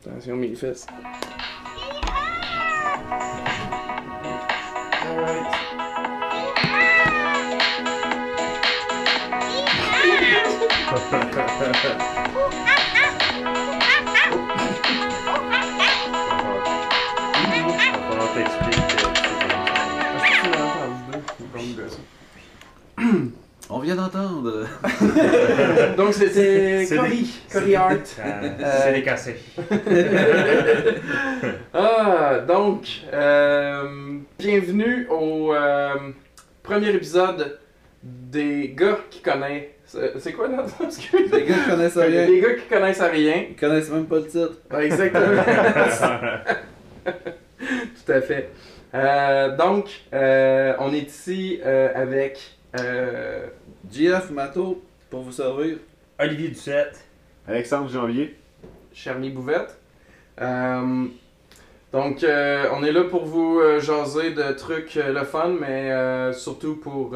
Attention mes fesses. Alright. On vient d'entendre. Donc c'était Cory Hart. C'est des cassés. Donc, bienvenue au premier épisode des gars qui connaissent. C'est quoi là? Les gars qui connaissent rien. Les gars qui connaissent rien. Ils connaissent même pas le titre. Exactement. Tout à fait. Donc, on est ici avec JF Mato pour vous servir. Olivier Ducette. Alexandre Janvier. Charny Bouvette. Donc, on est là pour vous jaser de trucs le fun, mais surtout pour,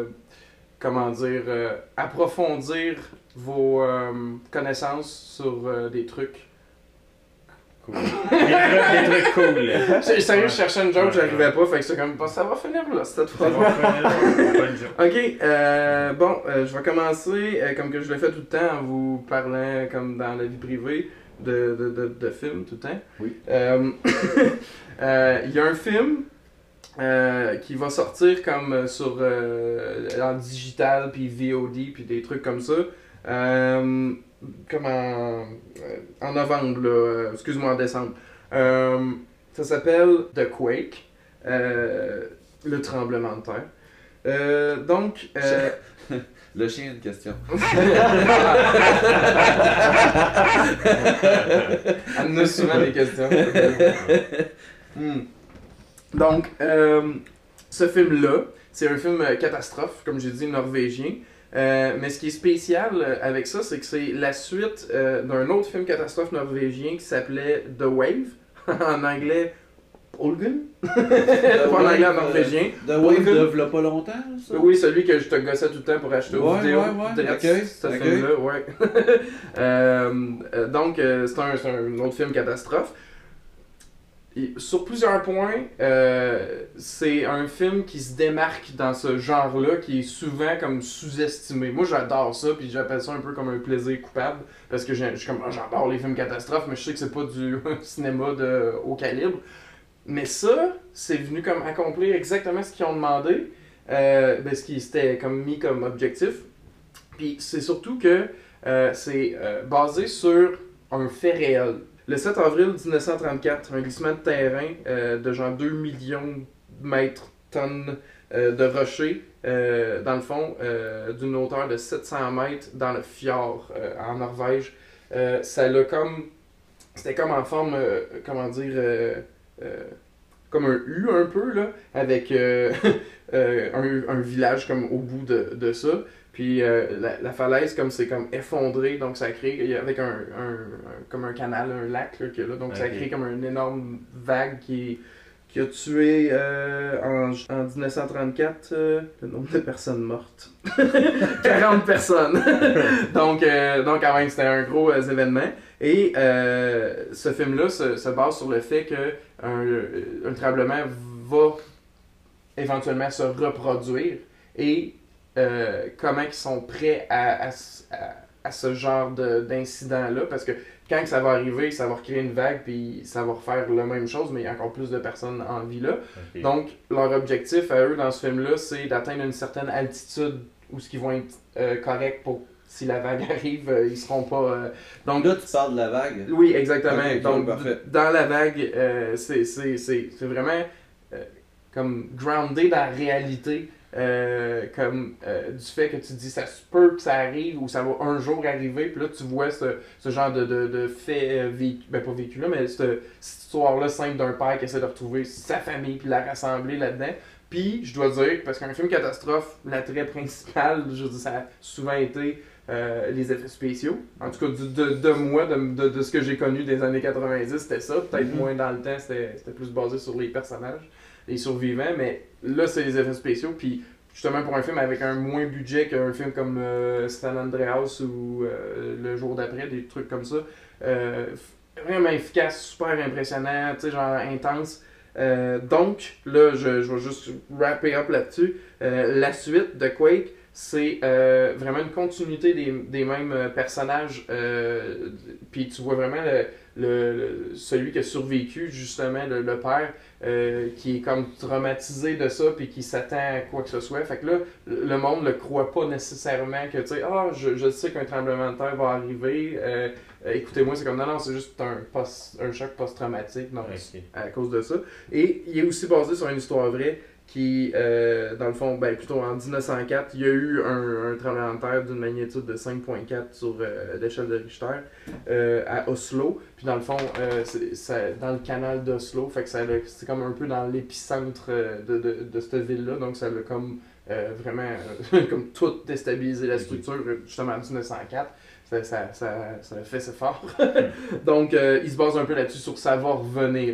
approfondir vos connaissances sur des trucs. Cool. Des trucs cool. Sérieux, je cherchais une joke, j'arrivais pas, fait que c'est comme, ça va finir là, cette fois. Ok, je vais commencer, comme que je le fais tout le temps, en vous parlant, comme dans la vie privée, de films tout le temps. Oui. Il y a un film qui va sortir comme sur en digital, puis VOD, puis des trucs comme ça. Comme en novembre, là, excuse-moi, en décembre. Ça s'appelle The Quake, le tremblement de terre. Le chien a une question. Elle nous a souvent des questions. Donc, ce film-là, c'est un film catastrophe, comme j'ai dit, norvégien. Mais ce qui est spécial avec ça, c'est que c'est la suite d'un autre film catastrophe norvégien qui s'appelait The Wave, en anglais Olgun, en anglais en norvégien. The Wave de v'là pas longtemps, ça? Oui, celui que je te gossais tout le temps pour acheter aux vidéos. Ce film-là, ouais. Donc, c'est un autre film catastrophe. Et sur plusieurs points, c'est un film qui se démarque dans ce genre-là, qui est souvent comme sous-estimé. Moi, j'adore ça, puis j'appelle ça un peu comme un plaisir coupable, parce que je suis comme, j'adore les films catastrophes, mais je sais que c'est pas du cinéma de haut calibre. Mais ça, c'est venu comme accomplir exactement ce qu'ils ont demandé, ce qui s'était comme mis comme objectif. Puis c'est surtout que c'est basé sur un fait réel. Le 7 avril 1934, un glissement de terrain de genre 2 millions de mètres tonnes de rochers, dans le fond, d'une hauteur de 700 mètres dans le fjord en Norvège. C'était comme en forme, comme un U un peu, là, avec un village comme au bout de ça. Puis la falaise c'est comme effondrée, donc ça crée avec comme un canal, un lac là, qu'il y a là, donc ça crée comme une énorme vague qui a tué en 1934 le nombre de personnes mortes. 40 personnes. donc quand même c'était un gros événement. Et ce film-là se base sur le fait que un tremblement va éventuellement se reproduire et comment ils sont prêts à ce genre d'incident-là, parce que quand ça va arriver, ça va recréer une vague, puis ça va refaire la même chose, mais il y a encore plus de personnes en vie là. Okay. Donc, leur objectif à eux dans ce film-là, c'est d'atteindre une certaine altitude où ce qu'ils vont être corrects pour si la vague arrive, ils seront pas... Donc là, tu parles de la vague? Oui, exactement. Okay, donc, parfait. Dans la vague, c'est vraiment comme groundé dans la réalité. Du fait que tu dis ça se peut que ça arrive ou ça va un jour arriver, puis là tu vois ce genre de fait pas vécu là, mais cette histoire là simple d'un père qui essaie de retrouver sa famille puis la rassembler là-dedans. Puis je dois dire, parce qu'un film catastrophe, l'attrait principal, je veux dire, ça a souvent été les effets spéciaux. En tout cas de moi, de ce que j'ai connu des années 90, c'était ça. Peut-être moins dans le temps, c'était plus basé sur les personnages, les survivants, mais là c'est les effets spéciaux, puis justement pour un film avec un moins budget qu'un film comme San Andreas ou Le jour d'après, des trucs comme ça, vraiment efficace, super impressionnant, tu sais, genre intense. Donc, là, je vais juste wrapper up là-dessus. La suite de Quake, c'est vraiment une continuité des mêmes personnages. Puis tu vois vraiment celui qui a survécu, justement, le père, qui est comme traumatisé de ça, puis qui s'attend à quoi que ce soit. Fait que là, le monde ne croit pas nécessairement que, tu sais, je sais qu'un tremblement de terre va arriver. Écoutez-moi, c'est comme non, c'est juste un choc post-traumatique donc, Ok. à cause de ça. Et il est aussi basé sur une histoire vraie qui, dans le fond, plutôt en 1904, il y a eu un tremblement de terre d'une magnitude de 5,4 sur l'échelle de Richter à Oslo. Puis dans le fond, dans le canal d'Oslo, fait que c'est comme un peu dans l'épicentre de cette ville-là. Donc ça l'a comme vraiment comme tout déstabilisé la structure, justement en 1904. Ça a fait c'est fort. Donc, il se base un peu là-dessus sur ça va revenir.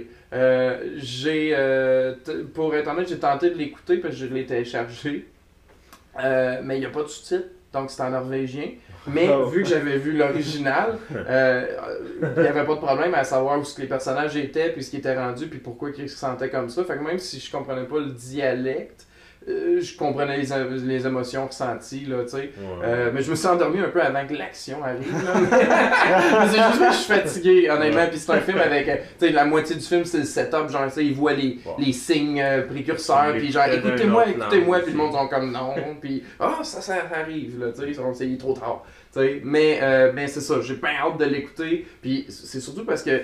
Pour être honnête, j'ai tenté de l'écouter parce que je l'ai téléchargé. Mais il n'y a pas de sous-titres, donc c'est en norvégien. Mais vu que j'avais vu l'original, il n'y avait pas de problème à savoir où les personnages étaient, puis ce qui était rendu, puis pourquoi ils se sentaient comme ça. Fait que même si je comprenais pas le dialecte, je comprenais les émotions ressenties, là, tu sais. Mais je me suis endormi un peu avant que l'action arrive, là. Mais c'est juste que je suis fatigué, honnêtement. Puis c'est un film avec, tu sais, la moitié du film, c'est le setup. Genre, tu sais, ils voient les signes précurseurs. Puis genre, écoutez-moi. Puis le monde sont comme non. Puis, ça arrive, là, tu sais. Il est trop tard. Tu sais. Mais c'est ça, j'ai pas hâte de l'écouter. Puis c'est surtout parce que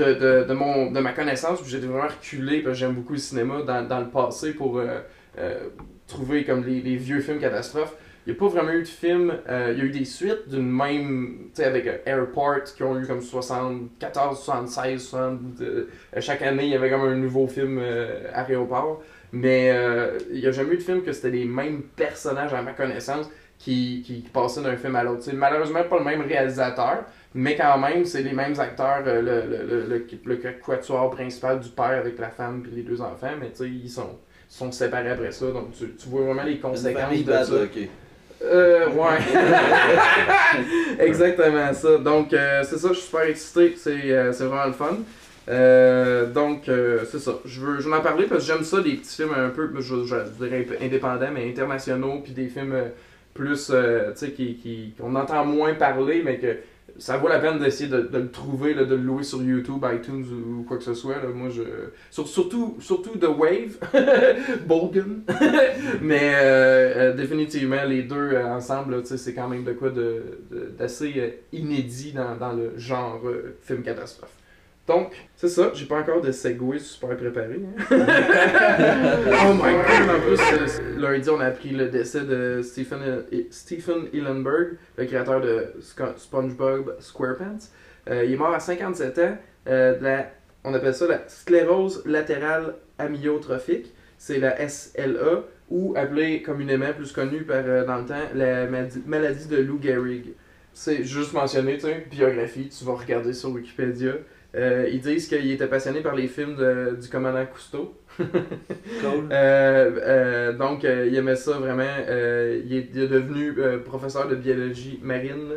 de ma connaissance, j'ai vraiment reculé. Parce que j'aime beaucoup le cinéma dans le passé pour. Trouver comme les vieux films catastrophes. Il n'y a pas vraiment eu de film. Il y a eu des suites d'une même. Tu sais, avec Airport qui ont eu comme 74, 76, 60. Chaque année, il y avait comme un nouveau film Aéroport. Mais il n'y a jamais eu de film que c'était les mêmes personnages, à ma connaissance, qui passaient d'un film à l'autre. T'sais, malheureusement, pas le même réalisateur. Mais quand même, c'est les mêmes acteurs, le quatuor principal du père avec la femme et les deux enfants. Mais tu sais, ils sont séparés après ça, donc tu vois vraiment les conséquences de ça. Ouais. Exactement ça. Donc, c'est ça, je suis super excité, c'est vraiment le fun. Donc, c'est ça. Je veux en parler parce que j'aime ça, des petits films un peu, je dirais indépendants, mais internationaux, puis des films plus, tu sais, qu'on entend moins parler, mais que ça vaut la peine d'essayer de le trouver, là, de le louer sur YouTube, iTunes ou quoi que ce soit. Là. Moi, surtout The Wave, Bogan. Mais définitivement, les deux ensemble, là, c'est quand même de quoi d'assez inédit dans le genre film catastrophe. Donc, c'est ça, j'ai pas encore de segway super préparé. Hein? Oh my god, en plus, lundi, on a appris le décès de Stephen Hillenburg, le créateur de SpongeBob SquarePants. Il est mort à 57 ans. On appelle ça la sclérose latérale amyotrophique. C'est la SLA, ou appelée communément, plus connue dans le temps, la maladie de Lou Gehrig. C'est juste mentionné, tu sais, biographie, tu vas regarder sur Wikipédia. Ils disent qu'il était passionné par les films du commandant Cousteau. Cool. Donc, il aimait ça vraiment. Il est devenu professeur de biologie marine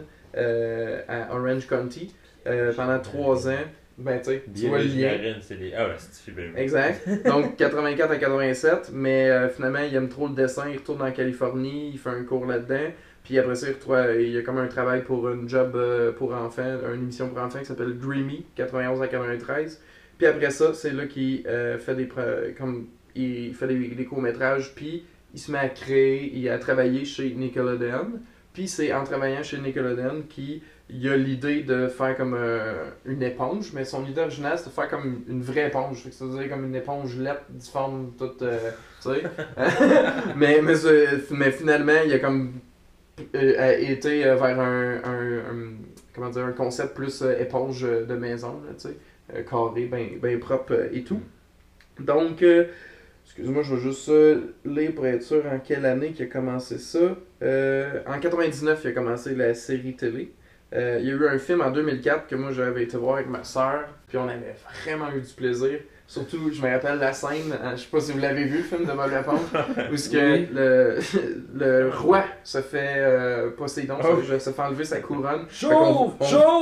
à Orange County pendant 3 ans. Ben, tu vois le lien. C'est les... Ah, c'est bien. Exact. Donc, 84 à 87. Mais finalement, il aime trop le dessin. Il retourne en Californie. Il fait un cours là-dedans. Puis après ça, il y a comme un travail pour une job pour enfants, une émission pour enfants qui s'appelle Dreamy, 91 à 93. Puis après ça, c'est là qu'il fait des courts-métrages, puis il se met à créer et à travailler chez Nickelodeon. Puis c'est en travaillant chez Nickelodeon qu'il a l'idée de faire comme une éponge, mais son idée originale, c'était de faire comme une vraie éponge. C'est-à-dire comme une éponge lettre, difforme, toute, tu sais. mais finalement, il y a comme été vers un concept plus éponge de maison, là, carré, bien propre et tout. Donc, excuse-moi, je vais juste lire pour être sûr en quelle année qu'il a commencé ça. En 99, il a commencé la série télé. Il y a eu un film en 2004 que moi j'avais été voir avec ma soeur, puis on avait vraiment eu du plaisir. Surtout, je me rappelle la scène, je sais pas si vous l'avez vu, le film de Bob l'éponge, où ce que le roi se fait Poséidon, se fait enlever sa couronne. Chauve!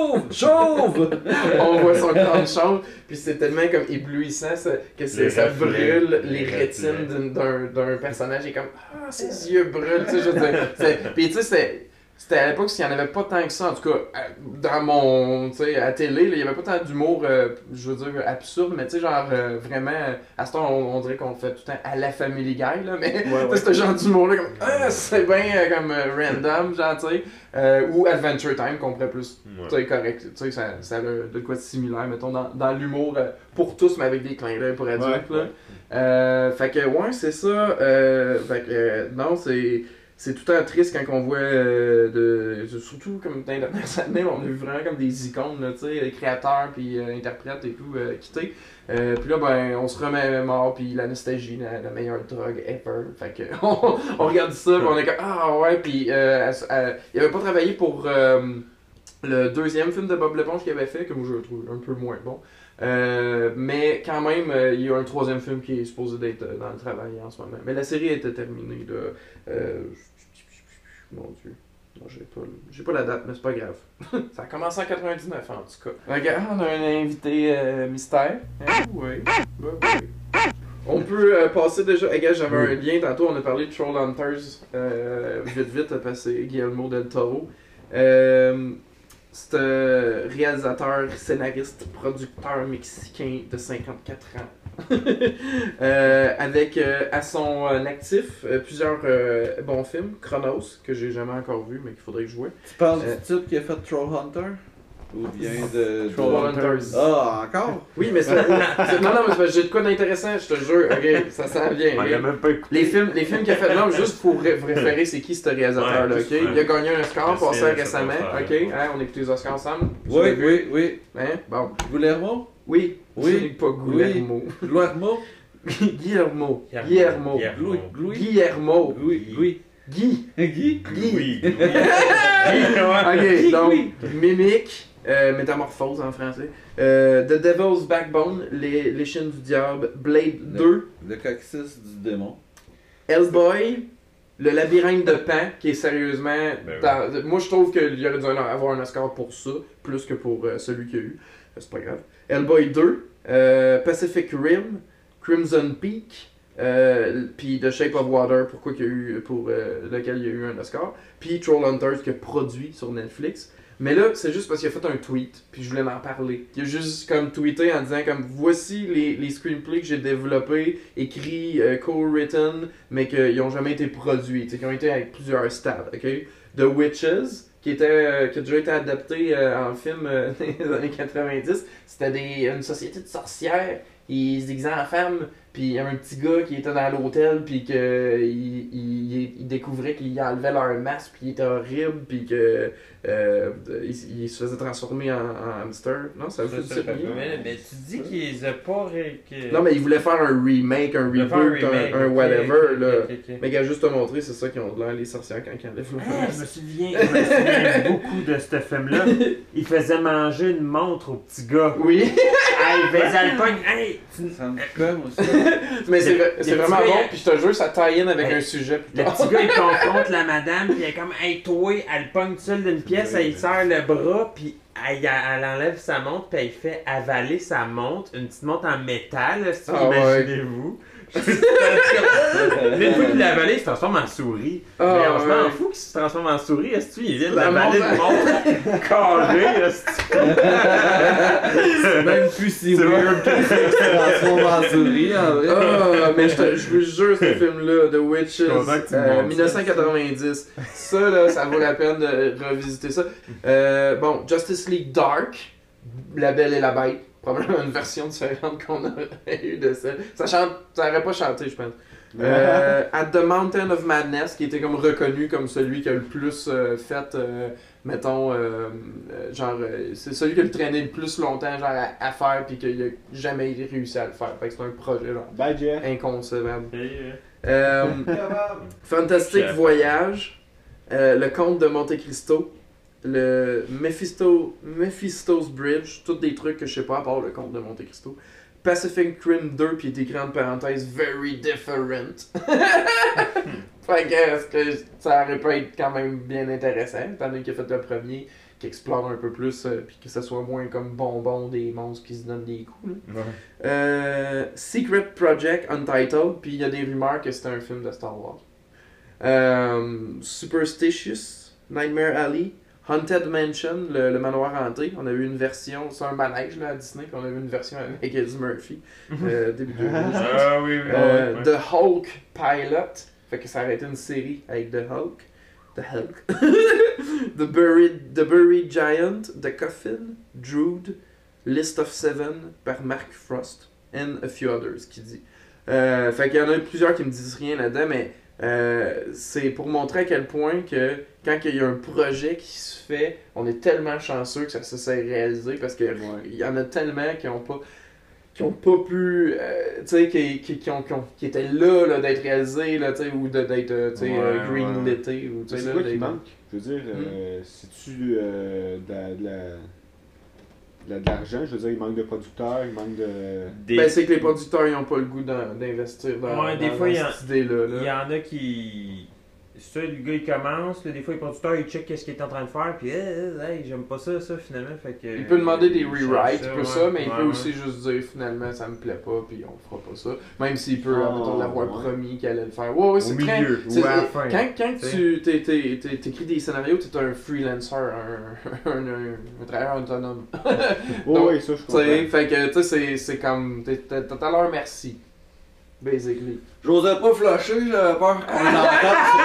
On voit son crâne chauve, puis c'est tellement comme éblouissant que ça brûle les rétines d'un personnage, et comme ses yeux brûlent, tu sais, je veux dire. Puis tu sais, c'était à l'époque, s'il n'y en avait pas tant que ça, en tout cas, dans mon, tu sais, à télé, il n'y avait pas tant d'humour, je veux dire, absurde, mais tu sais, genre, vraiment, à ce temps, on dirait qu'on le fait tout le temps à la Family Guy, là, mais ce genre d'humour-là, comme, c'est bien comme random, genre, tu sais, ou Adventure Time, qu'on pourrait plus, tu sais, correct, tu sais, ça a de quoi de similaire, mettons, dans l'humour pour tous, mais avec des clins d'œil pour adultes, là. Fait que, ouais, c'est ça, fait que, non, c'est tout le temps triste quand on voit, surtout comme dans les dernières années, on a vu vraiment comme des icônes, là, tu sais, les créateurs puis interprètes et tout quitter. Puis là, ben, on se remet mort, puis la nostalgie, la meilleure drogue ever. Fait que on regarde ça, puis on est comme ah ouais, puis il avait pas travaillé pour le deuxième film de Bob l'éponge qu'il avait fait, que moi je le trouve un peu moins bon. Mais quand même, il y a un troisième film qui est supposé d'être dans le travail en ce moment. Mais la série était terminée là. Mon Dieu. Non, j'ai pas la date, mais c'est pas grave. Ça a commencé en 99 en tout cas. Regarde, on a un invité mystère. Oui. On peut passer déjà. Regarde, j'avais un lien tantôt, on a parlé de Trollhunters vite, parce que c'est Guillermo del Toro. C'est un réalisateur, scénariste, producteur mexicain de 54 ans. Avec à son actif plusieurs bons films. Chronos, que j'ai jamais encore vu, mais qu'il faudrait que je joue. Tu parles du type qui a fait Trollhunter? Ou bien de... Trollhunters. Ah, encore? Oui, mais non, mais c'est parce que j'ai de quoi d'intéressant, je te jure. Ok, ça s'en vient. On l'a même pas écouté. Les films qu'il a fait, non, juste pour vous référer, c'est qui ce réalisateur-là, ok? Il a gagné un Oscar, passé récemment, ok? Hein, on écoute les Oscars ensemble? Oui. Hein? Bon. Guillermo? Oui. Pas Guillermo. Guillermo? Guillermo. Ok, donc, Mimic, Métamorphose en français, The Devil's Backbone, Les Chines du Diable, Blade 2, Le coccyx du démon. Hellboy, Le Labyrinthe de Pan, qui est sérieusement... moi, je trouve qu'il aurait dû avoir un Oscar pour ça, plus que pour celui qu'il y a eu. C'est pas grave. Hellboy 2, Pacific Rim, Crimson Peak, puis The Shape of Water, pour lequel il y a eu un Oscar, puis Trollhunters qui a produit sur Netflix. Mais là, c'est juste parce qu'il a fait un tweet, puis je voulais en parler. Il a juste comme tweeté en disant comme voici les screenplays que j'ai développés, écrits, co-written, mais qui n'ont jamais été produits, qui ont été avec plusieurs stades. Okay? The Witches, qui a déjà été adapté en film dans les années 90, c'était une société de sorcières. Ils se déguisaient en femme, puis il y avait un petit gars qui était dans l'hôtel, puis il découvrait qu'ils enlevaient leur masque, puis il était horrible, puis il se faisait transformer en hamster. Non, ça vous fait mais tu dis qu'ils les a pas... Non, mais ils voulaient faire un remake, un reboot, un whatever. Là. Mais gars, juste te montrer, c'est ça qu'ils ont de l'air, les sorcières, quand ils enlèvent leur masque. Je me souviens beaucoup de ce film-là. Il faisait manger une montre au petit gars. Oui. Il faisait le pogne. Hey, Ça me comme aussi. Mais c'est vraiment gars, bon, puis je te jure, ça tie in avec un sujet. Le petit gars, il confronte la madame, puis elle est comme, hey, toi, elle pogne tout seul d'une pièce, elle serre le bras, puis elle enlève sa montre, puis elle fait avaler sa montre, une petite montre en métal, si imaginez-vous. Une fois qu'il l'a avalé, il se transforme en souris. Mais on se m'en fout qu'il se transforme en souris, est-ce qu'il vient d'avaler une montre carrée, est-ce C'est même plus si weird que ça qui se transforme en souris, en vrai. Mais je vous jure, ce film-là, The Witches, 1990, ça, là, ça vaut la peine de revisiter ça. Bon, Justice League Dark, La Belle et la Bête. Probablement une version différente qu'on aurait eu de ça. Ça aurait pas chanté, je pense. At the Mountain of Madness, qui était comme reconnu comme celui qui a le plus fait, mettons, c'est celui qui a le traîné le plus longtemps genre, à faire, puis qu'il a jamais réussi à le faire. Fait que c'est un projet genre, inconcevable. Fantastic Voyage, Le Comte de Monte Cristo, le Mephisto's Bridge, tous des trucs que je sais pas à part le Comte de Monte Cristo. Pacific Rim 2, puis il est écrit entre parenthèses Very Different. Fait que, est-ce que ça aurait pu être quand même bien intéressant, étant donné qu'il a fait le premier, qui explore un peu plus, puis que ça soit moins comme bonbon des monstres qui se donnent des coups. Là. Secret Project Untitled, puis il y a des rumeurs que c'était un film de Star Wars. Superstitious, Nightmare Alley, Haunted Mansion, le manoir hanté. On a eu une version, c'est un manège là, à Disney, puis on a eu une version avec Eddie Murphy, début 2000. Ah oui, oui. The Hulk Pilot, fait que ça aurait été une série avec The Hulk. The Buried Giant, The Coffin, Druid, List of Seven par Mark Frost, and a few others qui dit. Fait qu'il y en a plusieurs qui me disent rien là-dedans, mais c'est pour montrer à quel point que quand il y a un projet qui se fait, on est tellement chanceux que ça se soit réalisé parce que il y en a tellement qui ont pas pu, tu sais, qui étaient là d'être réalisés, là, tu sais, ou d'être, tu sais, greenlités, ou tu sais, c'est là, quoi qui manque? Je veux dire, c'est-tu de l'argent? Je veux dire, il manque de producteurs, il manque de... Ben, c'est que les producteurs, ils ont pas le goût d'investir dans des fois, cette idée-là. Il y en a qui... Ça, le gars, il commence, là, des fois, les producteurs, ils checkent qu'est-ce qu'il est en train de faire, puis hey, j'aime pas ça, finalement, fait que... Il peut demander des rewrites, il peut ça, mais il peut ouais. aussi juste dire, finalement, ça me plaît pas, puis on fera pas ça. Même s'il peut, mettons, l'avoir promis qu'il allait le faire. Ouais, c'est très... milieu, ou à la fin. Quand tu t'écris des scénarios, t'es un freelancer, un travailleur autonome. Oui, ça, je comprends. Fait que, tu sais, c'est comme... T'as à leur merci. Basically. J'osais pas flasher, j'avais peur qu'on l'entende sur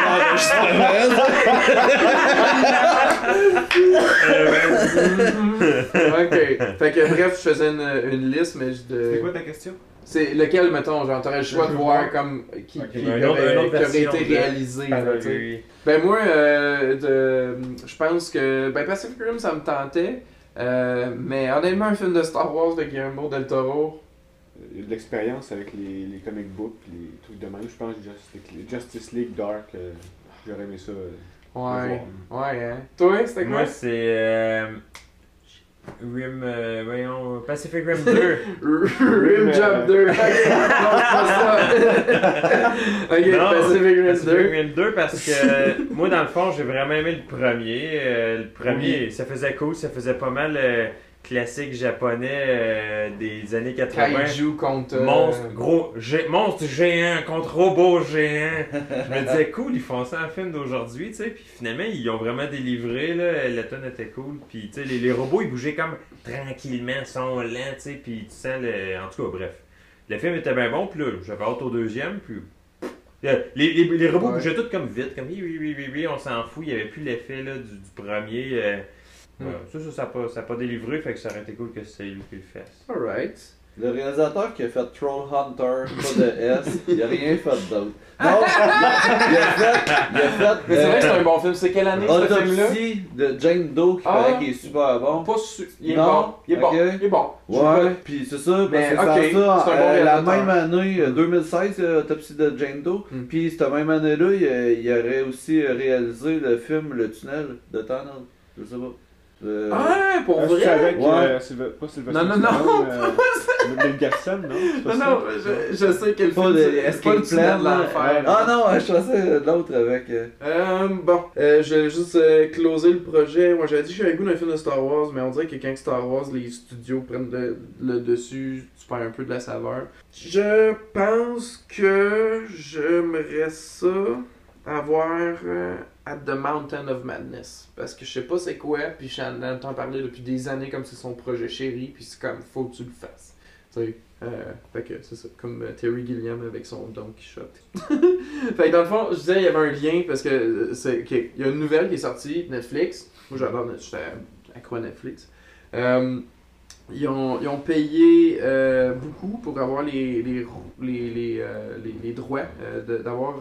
l'enregistrement. Ok. Fait que bref, je faisais une liste, mais C'est quoi ta question? C'est lequel, mettons, genre, t'aurais le choix de voir comme qui aurait été réalisé. Là, ben moi, je pense que Pacific Rim, ça me tentait. Mais honnêtement, un film de Star Wars de Guillermo del Toro... Il y a de l'expérience avec les comic books, les trucs de même. Je pense Justice League Dark, j'aurais aimé ça. Ouais, hein. Toi, c'était quoi? Moi, c'est... Rim... voyons... Pacific Rim 2. Rim Job 2. Ok, Non, Pacific Rim 2. Pacific Rim 2 parce que moi, dans le fond, j'ai vraiment aimé le premier. Le premier, ça faisait cool, ça faisait pas mal... classique japonais des années 80. Kaiju contre... Monstre géant contre robot géant. Je me disais, cool, ils font ça en film d'aujourd'hui, tu sais. Puis finalement, ils ont vraiment délivré, là. La tonne était cool. Puis, tu sais, les robots, ils bougeaient comme tranquillement, sont lents, tu sais. Puis, tu sens en tout cas, bref. Le film était bien bon, puis là, j'avais hâte au deuxième, puis... Les robots bougeaient tous comme vite, comme oui, on s'en fout. Il n'y avait plus l'effet là, du premier... Ça n'a pas délivré, fait que ça aurait été cool que c'est lui qui le fasse. Alright. Le réalisateur qui a fait Troll Hunter, pas de S, il a rien fait d'autre. Non, il a fait. Mais c'est vrai que c'est un bon film. C'est quelle année ce film-là? Autopsie de Jane Doe qui paraît qu'il est super bon. Pas il est bon. Il est bon. Ouais, puis c'est ça, mais parce que c'est bon la même année, 2016, Autopsie de Jane Doe. Puis cette même année-là, il aurait aussi réalisé le film Le Tunnel de Tunnel. Je sais pas. Pour vrai? C'est avec ouais. pas Sylvester Non. Mel Gibson, non? Non, je sais quel film c'est pas le Tunnel de l'enfer. Ah non, je pensais l'autre avec... Bon, je vais juste closer le projet. Moi, j'avais dit que j'avais le goût d'un film de Star Wars, mais on dirait que quand Star Wars, les studios prennent le dessus, tu perds un peu de la saveur. Je pense que j'aimerais ça avoir At the Mountain of Madness. Parce que je sais pas c'est quoi, puis j'en entends parler depuis des années comme c'est son projet chéri, puis c'est comme, faut que tu le fasses. Tu sais, fait que c'est ça, comme Terry Gilliam avec son Don Quichotte. Fait que dans le fond, je disais, il y avait un lien, parce que il y a une nouvelle qui est sortie, Netflix. Moi j'adore Netflix, j'étais accro à Netflix. Ils ont payé beaucoup pour avoir les droits d'avoir...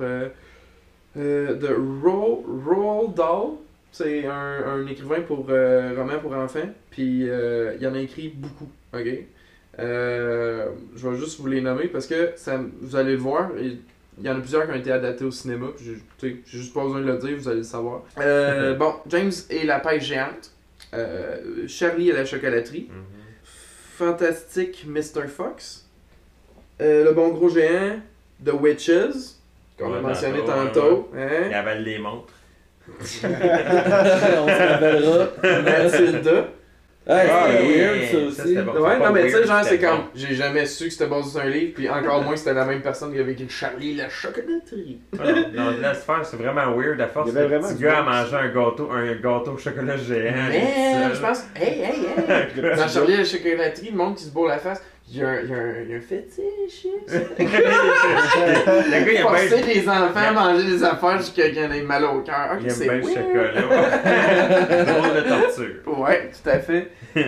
de Roald Dahl, c'est un écrivain pour romans pour enfants, puis il en a écrit beaucoup, ok? Je vais juste vous les nommer parce que vous allez le voir, Il y en a plusieurs qui ont été adaptés au cinéma, puis j'ai juste pas besoin de le dire, vous allez le savoir. Bon, James et la pêche géante. Charlie et la chocolaterie. Fantastique Mr. Fox. Le bon gros géant. The Witches. Qu'on a mentionné tantôt. Hein? Il avale les montres. On se rappellera. Mathilda. C'est weird ça aussi. c'était bon. Ouais, pas non, mais tu sais, weird, genre, c'est c'était comme. bon. J'ai jamais su que c'était basé sur un livre, puis encore moins c'était la même personne qui avait écrit Charlie et la chocolaterie. Non, laisse faire, c'est vraiment weird. À force, Il y avait le vraiment petit du gars a bon. mangé un gâteau au chocolat géant. Mais, tout je seul. pense. Hey! Dans Charlie et la chocolaterie, le monde qui se bourre la face, il y a un fétiche. Le gars, il a Forcer bien des enfants à manger des affaires jusqu'à qu'il y en ait mal au cœur. Ok, il aime c'est bien le weird. chocolat. Drôle de torture. Ouais, tout à fait.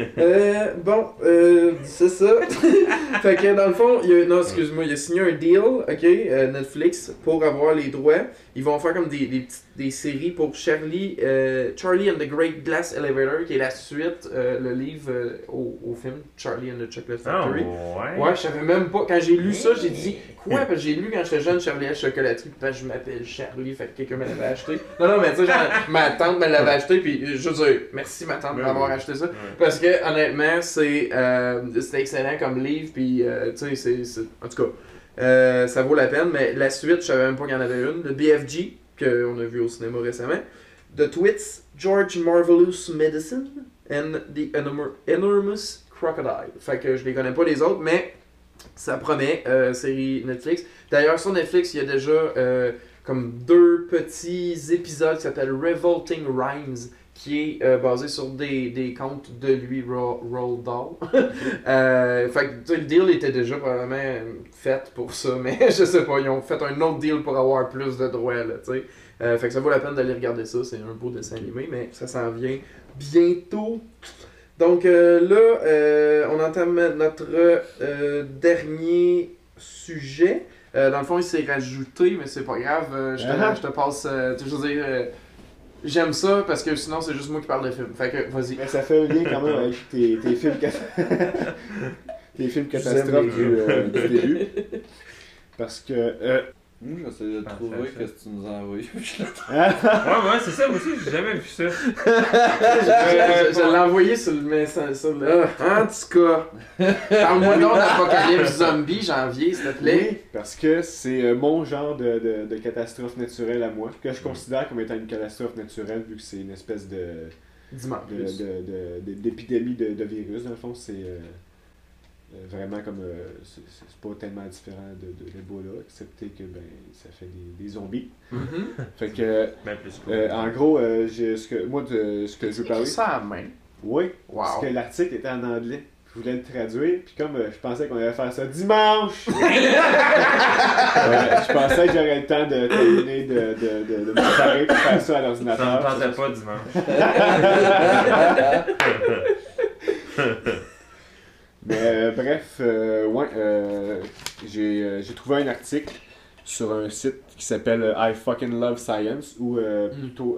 C'est ça. Fait que dans le fond, non, excuse-moi, il a signé un deal, ok, Netflix, pour avoir les droits. Ils vont faire comme des séries pour Charlie and the Great Glass Elevator, qui est la suite, le livre au film Charlie and the Chocolate Ah, Factory. ouais. Ouais, je savais même pas. Quand j'ai lu ça, j'ai dit quoi? Parce que j'ai lu quand j'étais jeune Charlie à la chocolaterie, puis parce que je m'appelle Charlie, fait que quelqu'un me l'avait acheté. Non, mais tu sais, genre, ma tante me l'avait acheté, puis je veux dire, merci ma tante de m'avoir acheté ça. Parce que honnêtement, c'était excellent comme livre, puis tu sais, en tout cas, ça vaut la peine. Mais la suite, je savais même pas qu'il y en avait une. Le BFG, qu'on a vu au cinéma récemment. The Twits, George Marvelous Medicine, and The Enormous Crocodile. Fait que je les connais pas les autres, mais ça promet, série Netflix. D'ailleurs, sur Netflix, il y a déjà comme 2 petits épisodes qui s'appellent Revolting Rhymes, qui est basé sur des contes de lui, Roald Dahl. Fait que le deal était déjà probablement fait pour ça, mais je sais pas, ils ont fait un autre deal pour avoir plus de droits, là, tu sais. Fait que ça vaut la peine d'aller regarder ça, c'est un beau dessin animé, mais ça s'en vient bientôt. Donc là, on entame notre dernier sujet. Dans le fond, il s'est rajouté, mais c'est pas grave. Je te passe. Je veux dire, j'aime ça parce que sinon, c'est juste moi qui parle de film. Fait que, vas-y. Mais ça fait un lien quand même avec tes films, tes films catastrophes du début. Parce que. J'essaie de trouver ce que tu nous as envoyé. Ouais, c'est ça, moi aussi, j'ai jamais vu ça. Je l'ai envoyé sur le message. En tout cas, parle-moi donc d'Apocalypse Zombie, janvier, s'il te plaît. Oui, parce que c'est mon genre de catastrophe naturelle à moi, que je considère comme étant une catastrophe naturelle, vu que c'est une espèce d'épidémie de virus. Dans le fond, c'est vraiment comme. C'est pas tellement différent de l'Ebola, excepté que ça fait des zombies. Fait que. Ben, plus cool. En gros, ce que je veux parler. Ça à main. Oui, Wow. parce que l'article était en anglais. Je voulais le traduire, puis comme je pensais qu'on allait faire ça dimanche, je pensais que j'aurais le temps de terminer de me préparer pour faire ça à Ça l'ordinateur. ne pensais pas dimanche. Mais bref, j'ai trouvé un article sur un site qui s'appelle I Fucking Love Science, ou plutôt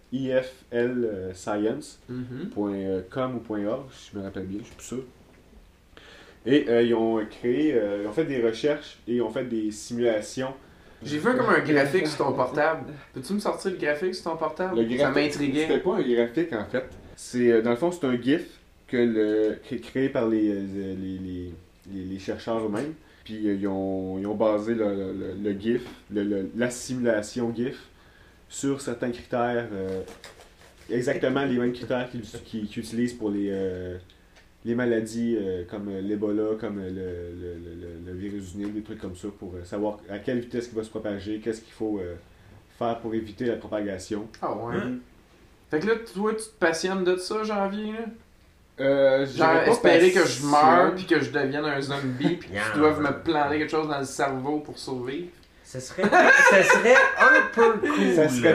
iflscience.com ou .org, si je me rappelle bien, je suis plus sûr. Et ils ont fait des recherches et ils ont fait des simulations. J'ai vu comme un graphique sur ton portable. Peux-tu me sortir le graphique sur ton portable? Le Ça graphique, m'intriguait. c'était pas un graphique en fait. C'est, dans le fond, c'est un GIF qui est créé par les chercheurs eux-mêmes. Puis ils ont basé le GIF, la simulation GIF, sur certains critères, exactement les mêmes critères qu'ils utilisent pour les maladies comme l'Ebola, comme le virus du Nil, des trucs comme ça, pour savoir à quelle vitesse il va se propager, qu'est-ce qu'il faut faire pour éviter la propagation. Ah ouais. Fait que là, toi, tu te passionnes de ça, janvier, là? Genre, Genre, espérer que je meure puis que je devienne un zombie puis qu'ils doivent me planter quelque chose dans le cerveau pour survivre. Ça serait un peu cool. Ça serait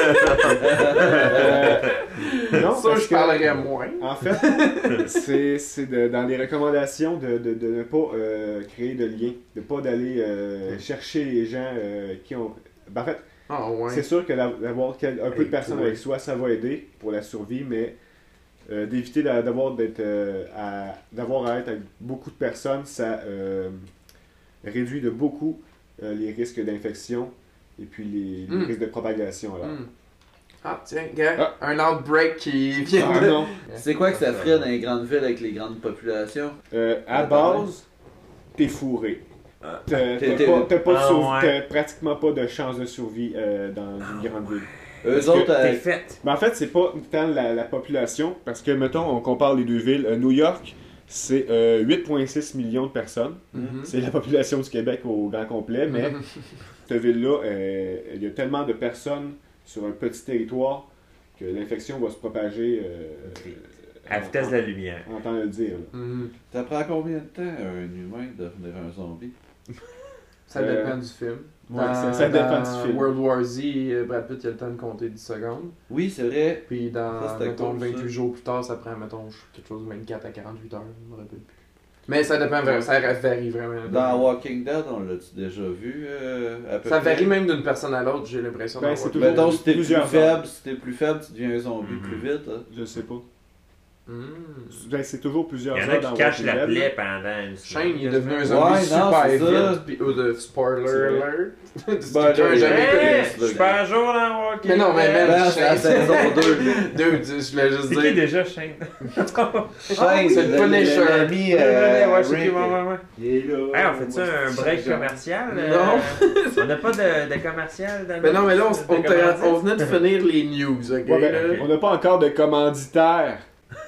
non, Ça, je parlerais moins. En fait, c'est dans les recommandations de ne pas créer de lien, de pas d'aller chercher les gens qui ont. Ben, en fait, Ah ouais. c'est sûr que d'avoir un peu de personnes avec soi, ça va aider pour la survie, mais d'éviter d'avoir à être avec beaucoup de personnes, ça réduit de beaucoup les risques d'infection et puis les risques de propagation. Alors. Ah, tiens, gars, un outbreak qui vient Ah de... non. C'est quoi que ça ferait dans les grandes villes avec les grandes populations? À base, t'es fourré. T'as pratiquement pas de chance de survie dans une grande ville. Eux autres, T'es faite. Mais en fait, c'est pas tant la population, parce que, mettons, on compare les deux villes. New York, c'est 8,6 millions de personnes. C'est la population du Québec au grand complet, mais cette ville-là, il y a tellement de personnes sur un petit territoire que l'infection va se propager À la vitesse de la lumière. on entend le dire. Là. ça prend combien de temps un humain de devenir un zombie? Ça dépend du film. Ouais, ça dépend du film. World War Z, Brad Pitt, il a le temps de compter 10 secondes. Oui, c'est vrai. Puis dans, Ça, c'était mettons, cool, 28 ça. jours plus tard, ça prend, mettons, quelque chose de 24 à 48 heures, je me rappelle plus. Mais ça dépend vraiment, ça varie vraiment. Dans Walking Dead, on l'a-tu déjà vu à peu Ça près? varie même d'une personne à l'autre, j'ai l'impression. Ben, dans c'est Walking toujours- Mettons, si t'es plus plusieurs faible, tu deviens un zombie plus vite. Hein. Je sais pas. Dead. Ben, c'est toujours plusieurs Il y en heures a dans qui cachent Walking la Dead, plaie là. pendant une Shane, il est devenu un Ouais, zombie non, super c'est ça. vite. Puis, de spoiler C'est vrai. alert. Ben, Quelqu'un là, a jamais Hey, connu. je suis pas à jour dans Walking Mais non, mais Dead. même- Ben, c'est la saison 2. Dude, je voulais juste C'est qui dire. déjà, Shane? Shane, c'est le Punisher. l'ami, Ouais, je sais qui, Rick. ouais. Il est là. Hey, on fait-tu un break commercial? Non. On n'a pas de commercial dans Mais non, mais là, de on commandite? venait de finir les news, ok? Ouais, ben, là? on n'a pas encore de commanditaire.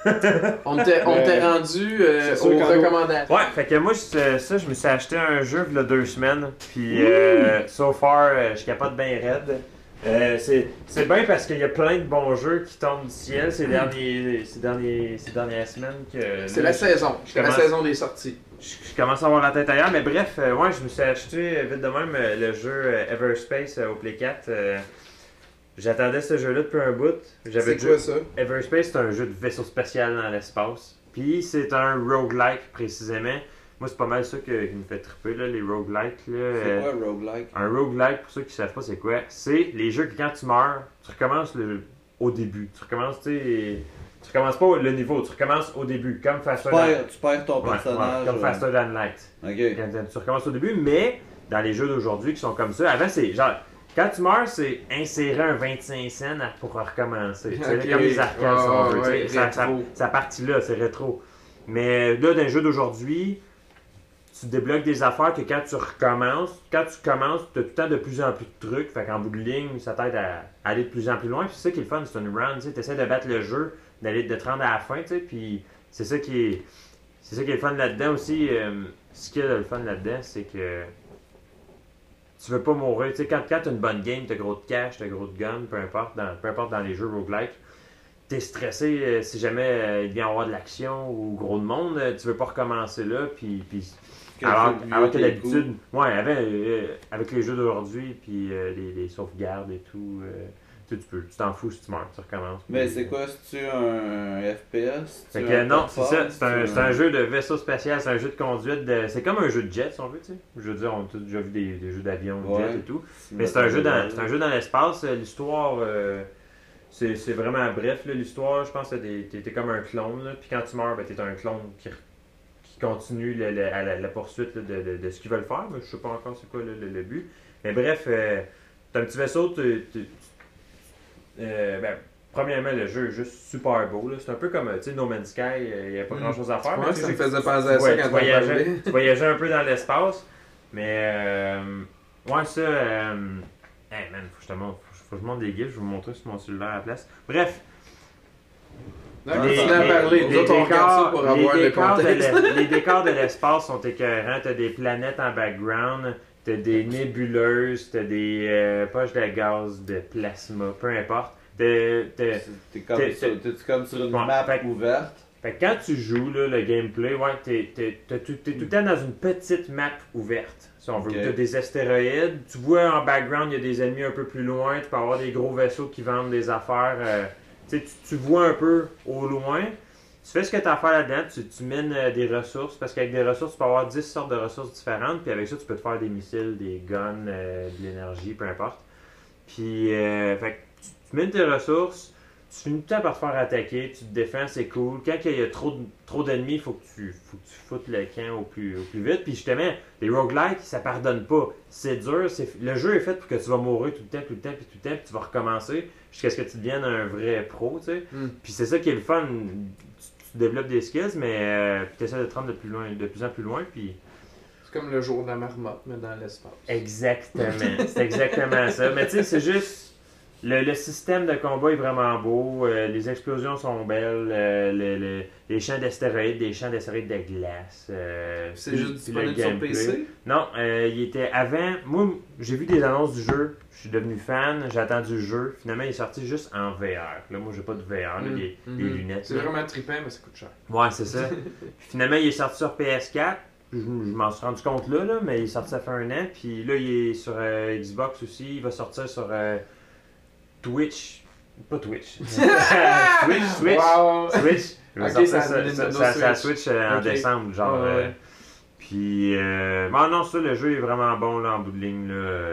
On t'est rendu C'est sûr aux qu'en recommandations. Ouais, fait que moi, je me suis acheté un jeu il y a 2 semaines. Puis, so far, je capote bien raide. C'est bien parce qu'il y a plein de bons jeux qui tombent du ciel ces dernières semaines. C'est la saison. C'est la commence- saison des sorties. Je commence à avoir la tête ailleurs, mais bref, ouais, je me suis acheté vite de même le jeu Everspace au Play 4. J'attendais ce jeu-là depuis un bout. J'avais C'est déjà- quoi ça? Everspace, c'est un jeu de vaisseau spatial dans l'espace. Puis c'est un roguelike précisément. Moi, c'est pas mal ça qui me fait triper, là, les roguelikes. Là. C'est quoi roguelike? Un roguelike, pour ceux qui savent pas c'est quoi, c'est les jeux que quand tu meurs, tu recommences au début. Tu recommences, tu recommences pas le niveau, tu recommences au début, comme Faster Tu perds ton Ouais, personnage. comme Faster Than Light. Ok. Quand tu recommences au début, mais dans les jeux d'aujourd'hui qui sont comme ça, avant c'est genre, quand tu meurs, c'est insérer un 25 cents pour recommencer. Tu sais, Ok. comme les arcades, si on veut, Ouais, tu sais, rétro. ça partie là, c'est rétro. Mais là, dans les jeux d'aujourd'hui, tu débloques des affaires que quand tu commences, tu as tout le temps de plus en plus de trucs. Fait qu'en bout de ligne, ça t'aide à aller de plus en plus loin. Puis c'est ça qui est le fun, c'est une run. Tu essaies de battre le jeu, de te rendre à la fin. Tu sais, puis c'est ça qui est le fun là-dedans aussi. Ce qui est le fun là-dedans, c'est que tu veux pas mourir. Tu sais, quand tu as une bonne game, tu as gros de cash, tu as gros de gun, peu importe dans les jeux roguelike. T'es stressé si jamais il vient y avoir de l'action ou gros de monde, tu veux pas recommencer là, puis alors que d'habitude, ouais, avec les jeux d'aujourd'hui, puis les sauvegardes et tout, tu t'en fous si tu meurs, tu recommences. Mais Puis, c'est quoi, c'est-tu un FPS? Fait que non, c'est ça, c'est un jeu de vaisseau spatial, c'est un jeu de conduite, c'est comme un jeu de jet si on veut, tu sais. Je veux dire, on a tous déjà vu des jeux d'avion, de jet et tout. Mais c'est un jeu dans l'espace, l'histoire, c'est vraiment bref, là, l'histoire, je pense que t'es comme un clone, là, puis quand tu meurs, ben, t'es un clone qui continue à la poursuite là, de ce qu'ils veulent faire, mais je sais pas encore c'est quoi le but. Mais bref, t'as un petit vaisseau, premièrement, le jeu est juste super beau. C'est un peu comme No Man's Sky, il n'y a pas grand chose à faire. Ouais, mais ça tu me sais, faisait penser à ça ouais, quand tu on parlait. voyageais un peu dans l'espace. Mais, ouais, ça. Hey man, faut que je montre des gifs, je vais vous montrer sur mon cellulaire à la place. Bref, Non, continue à parler. Nous autres, on regarde ça pour avoir le contexte. les décors de l'espace sont écœurants. T'as des planètes en background, t'as des nébuleuses, t'as des poches de gaz, de plasma, peu importe. T'es comme sur une Ouais, map fait- ouverte. Fait que quand tu joues, là, le gameplay, ouais, t'es tout le temps dans une petite map ouverte, si on veut. Ok. T'as des astéroïdes, tu vois en background, il y a des ennemis un peu plus loin, tu peux avoir des gros vaisseaux qui vendent des affaires. Tu sais, tu vois un peu au loin. Tu fais ce que tu as à faire là-dedans, tu mines des ressources, parce qu'avec des ressources, tu peux avoir 10 sortes de ressources différentes, puis avec ça, tu peux te faire des missiles, des guns, de l'énergie, peu importe. Puis, fait que tu mines tes ressources, tu finis tout le temps par te faire attaquer, tu te défends, c'est cool. Quand il y a trop d'ennemis, il faut que tu foutes le camp au plus vite. Puis justement, les roguelikes, ça pardonne pas. C'est dur, le jeu est fait pour que tu vas mourir tout le temps, puis tu vas recommencer jusqu'à ce que tu deviennes un vrai pro, tu sais. Puis c'est ça qui est le fun. Tu développes des skills, mais tu essaies de te rendre de plus en plus loin, puis... C'est comme le jour de la marmotte, mais dans l'espace. Exactement, c'est exactement ça. Mais tu sais, c'est juste... Le système de combat est vraiment beau, les explosions sont belles, les champs d'astéroïdes, des champs d'astéroïdes de glace. C'est juste disponible sur PC? Non, il était avant. Moi, j'ai vu des annonces du jeu, je suis devenu fan, j'ai attendu le jeu. Finalement, il est sorti juste en VR. Là, moi, j'ai pas de VR, là, des lunettes. C'est vraiment trippant, mais ça coûte cher. Ouais, c'est ça. Finalement, il est sorti sur PS4. Je m'en suis rendu compte là, mais il est sorti ça fait 1 an. Puis là, il est sur Xbox aussi. Il va sortir sur. Twitch. Pas Twitch. Switch. Wow. Switch. Ok, ça Switch en décembre, genre. Ouais. Puis, non, ça, le jeu est vraiment bon, là, en bout de ligne,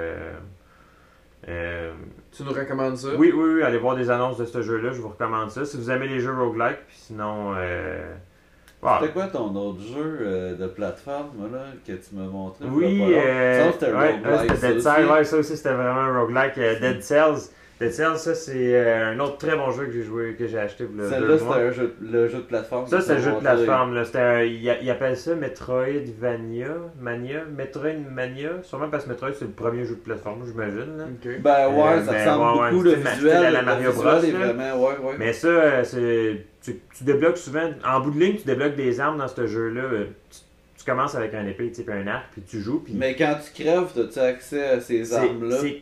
là. Tu nous recommandes ça? Oui, allez voir des annonces de ce jeu-là, je vous recommande ça. Si vous aimez les jeux roguelike, puis sinon. C'était quoi ton autre jeu de plateforme là, que tu m'as montré? Oui, ça c'était roguelike. C'était Dead Cells, ouais, ça aussi c'était vraiment un roguelike. Dead Cells. Dead Cells, ça c'est un autre très bon jeu que j'ai joué, que j'ai acheté. Celle-là c'était le jeu de plateforme. Ça c'est un jeu de plateforme. Là. Ils appellent ça Metroidvania. Metroid Mania. Sûrement parce que Metroid c'est le premier jeu de plateforme, j'imagine. Là. Okay. Ben ouais, ça ressemble beaucoup le visuel. La Mario Bros. Vraiment, Mais ça, tu débloques souvent. En bout de ligne, tu débloques des armes dans ce jeu-là. Tu commences avec un épée, type un arc, puis tu joues. Puis... Mais quand tu crèves, as-tu accès à ces armes-là? C'est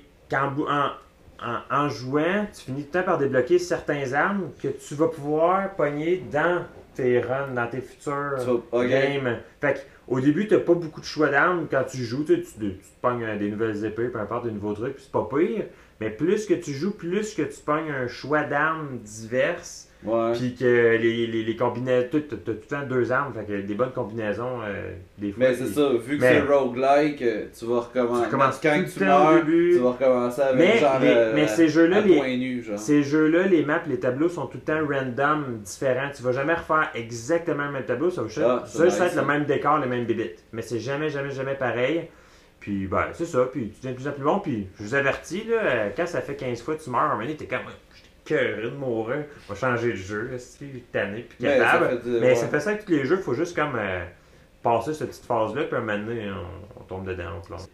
en jouant, tu finis tout le temps par débloquer certaines armes que tu vas pouvoir pogner dans tes runs, dans tes futurs games. Fait qu'au début, tu n'as pas beaucoup de choix d'armes quand tu joues. Tu te pognes des nouvelles épées, peu importe, des nouveaux trucs, puis c'est pas pire. Mais plus que tu joues, plus que tu pognes un choix d'armes diverses. Ouais. Puis que les combinaisons, t'as tout le temps 2 armes, fait que des bonnes combinaisons, des fois. Mais c'est ça, vu que c'est roguelike, tu vas recommencer. Quand tu meurs, tu vas recommencer avec mais ces jeux-là, point nu, genre. Ces jeux-là, les maps, les tableaux sont tout le temps random, différents. Tu vas jamais refaire exactement le même tableau, ça va juste être le même décor, les mêmes bébites. Mais c'est jamais pareil. Puis ben, c'est ça, puis tu deviens de plus en plus bon, puis je vous avertis, là, quand ça fait 15 fois que tu meurs, à un moment donné, t'es comme... Cœuré de mourir, on va changer de jeu, tanné, puis capable. Mais ça fait ça avec tous les jeux, il faut juste comme passer cette petite phase-là, puis à un moment donné, on tombe dedans, on plonge.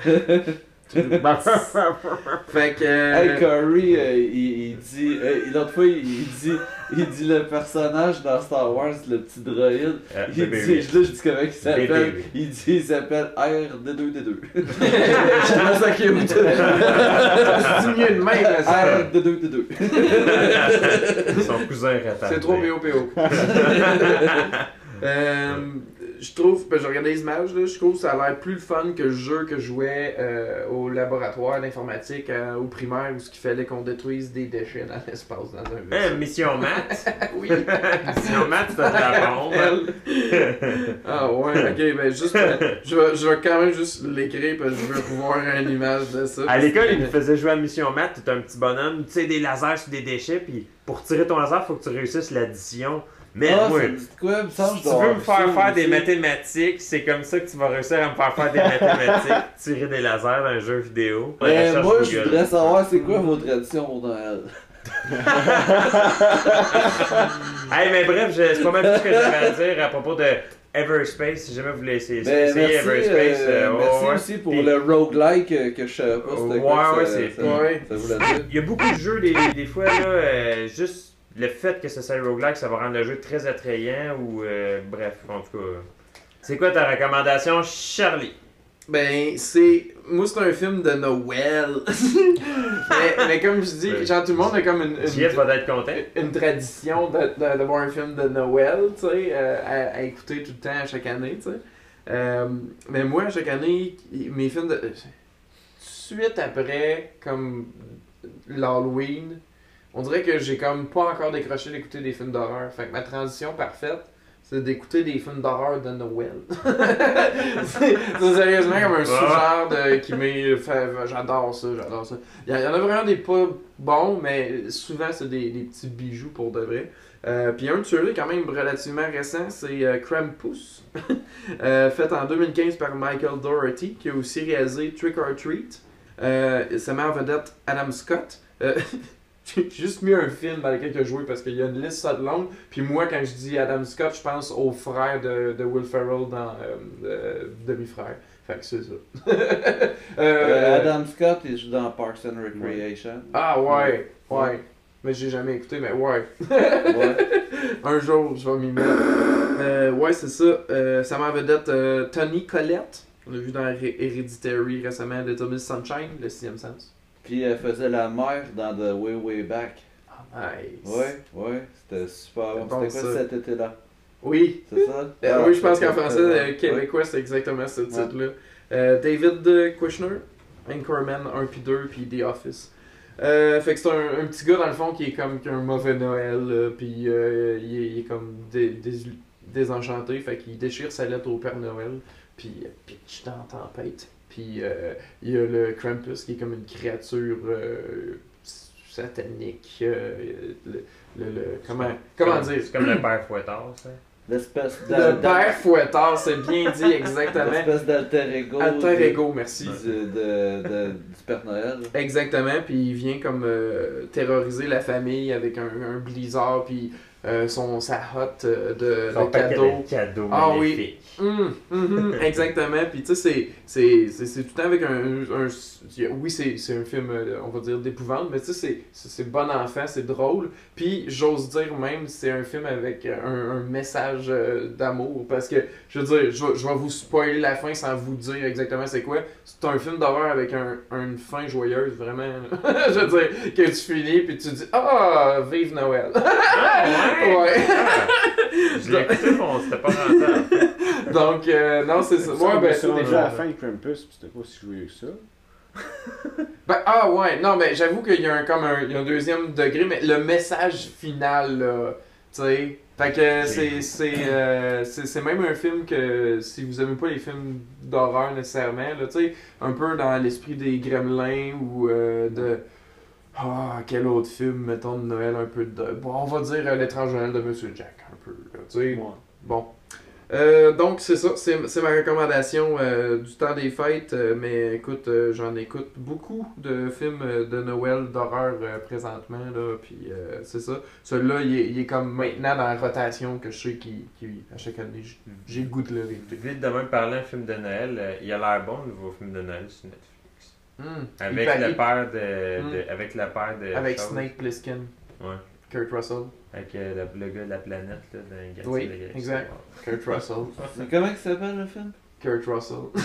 Fait que. Hey, Corey, il dit. L'autre fois, il dit le personnage dans Star Wars, le petit droïde. Il dit, je dis comment il s'appelle. Il s'appelle R-D2-D2. Je trouve ça cute. C'est mieux de même, ça. R-D2-D2. Son cousin rattaché. C'est trop PO. Je trouve, j'ai regardé les images, là, je trouve que ça a l'air plus le fun que le jeu que je jouais au laboratoire d'informatique au primaire où il fallait qu'on détruise des déchets dans l'espace dans un vaisseau. Mission maths. Oui. Mission maths, c'est de la bombe. Ah ouais, ok, ben juste, je vais quand même juste l'écrire parce que je veux voir une image de ça. À l'école, ils nous faisaient jouer à Mission maths, t'es un petit bonhomme, tu sais, des lasers sur des déchets, puis pour tirer ton laser, il faut que tu réussisses l'addition. Mais moi, si tu veux me faire des mathématiques, c'est comme ça que tu vas réussir à me faire des mathématiques, tirer des lasers dans un jeu vidéo. Moi, je voudrais savoir c'est quoi vos traditions pour Noël. Hey, mais bref, c'est pas mal tout ce que j'avais à dire à propos de Everspace, si jamais vous voulez essayer Everspace. Merci aussi pour le roguelike que je savais pas c'était quoi. Ouais, ça voulait dire. Il y a beaucoup de jeux, des fois, là, juste le fait que ce soit roguelike, ça va rendre le jeu très attrayant ou bref, en tout cas. C'est quoi ta recommandation, Charlie? Ben, moi, c'est un film de Noël. mais comme je dis, genre, tout le monde a comme Jeff va être content. Une tradition de voir un film de Noël, tu sais, à écouter tout le temps, chaque année, tu sais. Mais moi, chaque année, mes films de... Suite après, comme l'Halloween, on dirait que j'ai comme pas encore décroché d'écouter des films d'horreur. Fait que ma transition parfaite c'est d'écouter des films d'horreur de Noël. c'est sérieusement comme un sous-genre qui m'est fait. J'adore ça. Il y en a vraiment des pas bons, mais souvent c'est des petits bijoux pour de vrai. Puis un de ceux-là quand même relativement récent, c'est Krampus, fait en 2015 par Michael Dougherty, qui a aussi réalisé Trick or Treat. Ça met en vedette Adam Scott. J'ai juste mis un film dans lequel il a joué parce qu'il y a une liste ça de longue. Puis moi, quand je dis Adam Scott, je pense au frère de Will Ferrell dans Demi-frère. Fait que c'est ça. Adam Scott, il joue dans Parks and Recreation. Ah ouais. Mais j'ai jamais écouté, mais ouais. Ouais. Un jour, je vais m'y mettre. Ouais, c'est ça. Ça m'en vedette Toni Collette. On l'a vu dans Hereditary récemment, Little Miss Sunshine, le 6e sens. Puis elle faisait la mère dans The Way Way Back. Ah, nice. Ouais, c'était super bon. Bon, C'était quoi ça. cet été-là? Oui. C'est ça? Oui, je pense qu'en c'était français, bon. québécois, c'est exactement ce titre-là. David Kushner, Anchorman 1 puis 2, puis The Office. Fait que c'est un petit gars dans le fond qui est comme un mauvais Noël, puis il est comme désenchanté, fait qu'il déchire sa lettre au Père Noël, puis pitch dans la tempête. Puis il y a le Krampus qui est comme une créature satanique. Comment dire? C'est comme le père Fouettard, ça. L'espèce Le père Fouettard, c'est bien dit exactement. L'espèce d'alter ego. Alter ego, merci. Du Père Noël. Exactement, puis il vient comme terroriser la famille avec un blizzard, puis sa hotte de cadeaux. Ah oui. Exactement. Puis tu sais, c'est tout le temps avec oui, c'est un film, on va dire, d'épouvante, mais tu sais, c'est bon enfant, c'est drôle. Puis j'ose dire même, c'est un film avec un message d'amour. Parce que, je veux dire, je vais vous spoiler la fin sans vous dire exactement c'est quoi. C'est un film d'horreur avec une fin joyeuse, vraiment. Je veux dire, que tu finis, puis tu dis, vive Noël. Ouais. Je l'ai écouté, mais on s'était pas rendu à la fin. Donc, non, c'est ça. Ouais, ben, c'est déjà à la fin de Krampus, puis c'était pas si joyeux que ça. Ouais, non, mais j'avoue qu'il y a il y a un deuxième degré, mais le message final, là, tu sais. Fait que c'est même un film que, si vous aimez pas les films d'horreur nécessairement, là, tu sais, un peu dans l'esprit des Gremlins ou quel autre film, mettons, de Noël, un peu de... Bon, on va dire L'étrange Noël de Monsieur Jack, un peu, là, tu sais. Ouais. Bon. Donc, c'est ça, c'est ma recommandation du temps des fêtes, mais écoute, j'en écoute beaucoup de films de Noël, d'horreur présentement, là, puis c'est ça. Celui-là, il est comme maintenant dans la rotation que je sais qui à chaque année, j'ai le goût de le réécouter. Vite de même parler un film de Noël, il a l'air bon, le nouveau film de Noël sur Netflix. Avec le père de avec Chose. Snake Plissken. Ouais. Kurt Russell. Avec le gars de la planète, là, dans Galaxy Oui, de Galaxy. exact. Kurt Russell. Mais comment il s'appelle le film? Kurt Russell. Il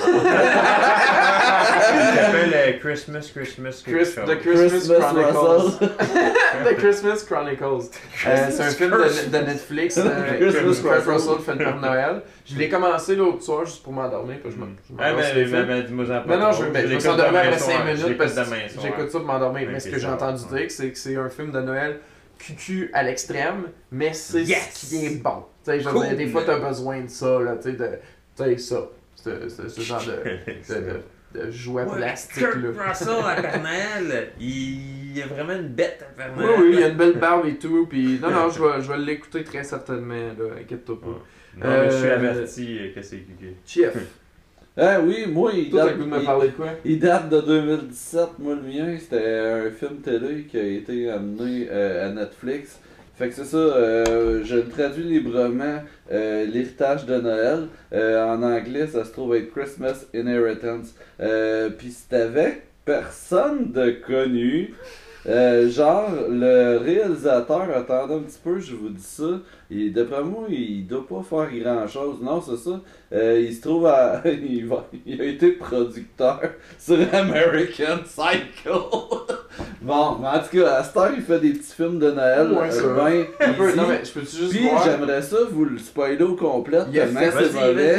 s'appelle Christmas The Christmas Chronicles. The Christmas Chronicles. C'est un film de Netflix. Kurt Russell fait le Père Noël. Je l'ai commencé l'autre soir juste pour m'endormir. Puis je mais dis-moi pas. Non, je vais s'endormir après 5 minutes parce que que j'écoute ça pour m'endormir. Mais ce que j'ai entendu dire, c'est que c'est un film de Noël cucu à l'extrême, mais c'est ce qui est bon. Tu sais, cool. Des fois, t'as besoin de ça, là, tu sais, ça. Ce genre de jouet plastique, Kurt là. Russell à Père Noël, il y a vraiment une bête à Père Noël. Oui, il y a une belle barbe et tout, puis non, je vais l'écouter très certainement, là, inquiète-toi pas. Non, mais je suis averti que c'est cucu. Chef. Ah oui, moi, il date de 2017. Moi, le mien, c'était un film télé qui a été amené à Netflix. Fait que c'est ça, je le traduis librement, l'héritage de Noël. En anglais, ça se trouve être Christmas Inheritance. Puis c'est avec personne de connu. Genre, le réalisateur, attendez un petit peu, je vous dis ça. D'après moi, il doit pas faire grand chose. Non, c'est ça. Il se trouve à. Il a été producteur sur American Psycho. Bon, mais en tout cas, à cette heure, il fait des petits films de Noël. Non, mais je peux juste puis voir. J'aimerais ça vous le spoiler au complet, Il a tellement fait c'est mauvais.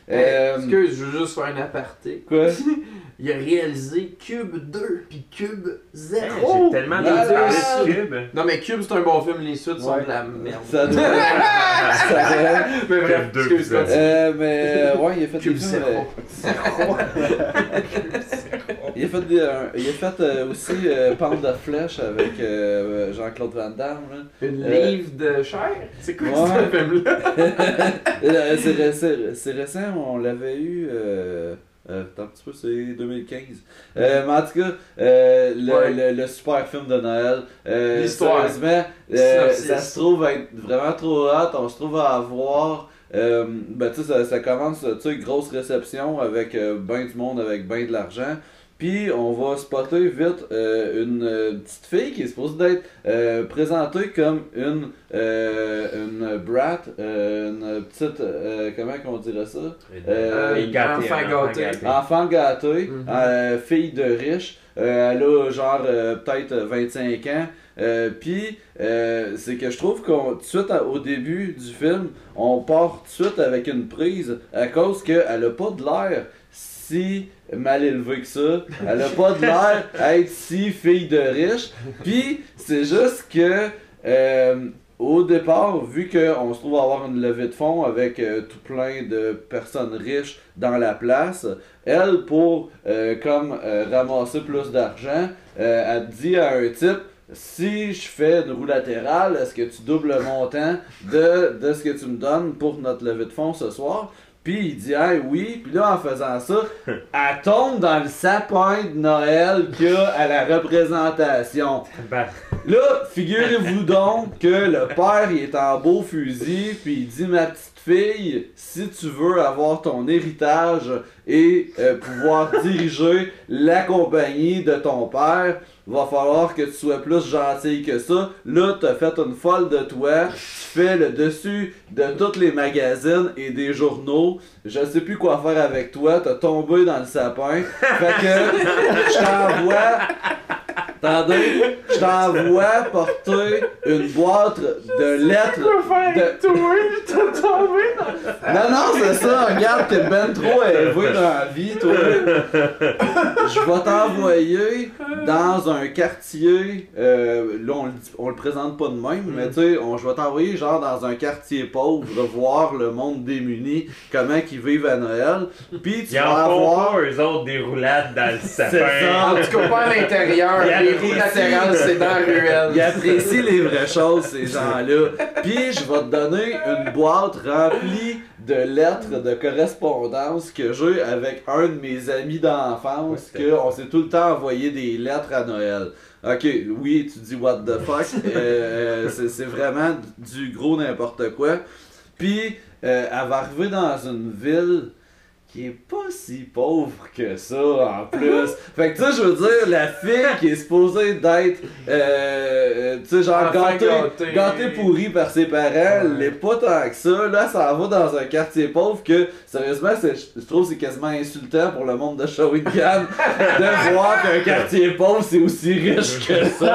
Excuse, je veux juste faire un aparté. Quoi? Il a réalisé Cube 2 puis Cube 0. J'ai tellement entendu parler de Cube. Non mais Cube c'est un bon film, les suites sont de la merde. Ça doit... ça Mais bref, Cube 2, excuse, Cube continue. mais ouais, il a fait Cube des films, 0. il a fait aussi Pente de flèche avec Jean-Claude Van Damme. Là. Une livre de chair? C'est quoi Ouais. ce film-là? C'est récent, on l'avait eu. Attends un petit peu, c'est 2015. Mais en tout cas, le super film de Noël. L'histoire. Sérieusement, ça se trouve être vraiment trop hot. On se trouve à avoir. Ben, tu sais, ça commence, tu sais, grosse réception avec ben du monde, avec ben de l'argent. Puis on va spotter vite une petite fille qui est supposée d'être présentée comme une brat, une petite, comment on dirait ça? Enfant gâté, fille de riche. Elle a genre peut-être 25 ans. Puis c'est que je trouve qu'on tout de suite au début du film, on part tout de suite avec une prise à cause qu'elle a pas de l'air si mal élevée que ça. Elle a pas de l'air être si fille de riche. Puis c'est juste que au départ, vu qu'on se trouve à avoir une levée de fonds avec tout plein de personnes riches dans la place, elle, pour ramasser plus d'argent, elle dit à un type: si je fais une roue latérale, est-ce que tu doubles le montant de ce que tu me donnes pour notre levée de fonds ce soir? Puis il dit hey, oui, puis là en faisant ça, elle tombe dans le sapin de Noël qu'il y a à la représentation. Là, figurez-vous donc que le père il est en beau fusil, puis il dit ma petite fille, si tu veux avoir ton héritage et pouvoir diriger la compagnie de ton père, va falloir que tu sois plus gentil que ça. Là, t'as fait une folle de toi. Tu fais le dessus de tous les magazines et des journaux. Je sais plus quoi faire avec toi. T'as tombé dans le sapin. Fait que je t'envoie... Attendez, je t'envoie porter une boîte de lettres. Non, c'est ça, regarde, t'es ben trop élevé dans la vie, toi. Je vais t'envoyer dans un quartier, là on le présente pas de même, mais tu sais, je vais t'envoyer genre dans un quartier pauvre, voir le monde démuni, comment qu'ils vivent à Noël. Puis tu vas avoir... eux autres des roulades dans le sapin. C'est ça. En tout cas, pas à l'intérieur. Les roues latérales, c'est dans la ruelle. Ils apprécient les vraies choses, ces gens-là. Puis je vais te donner une boîte remplie de lettres de correspondance que j'ai avec un de mes amis d'enfance, qu'on s'est tout le temps envoyé des lettres à Noël. Ok, oui, tu dis what the fuck, c'est vraiment du gros n'importe quoi. Puis elle va arriver dans une ville qui est pas si pauvre que ça en plus. Fait que tu sais, je veux dire, la fille qui est supposée d'être, tu sais, genre gâtée pourrie par ses parents, elle l'est pas tant que ça. Là, ça va dans un quartier pauvre que, sérieusement, je trouve que c'est quasiment insultant pour le monde de Shawinigan de voir qu'un quartier pauvre c'est aussi riche que ça.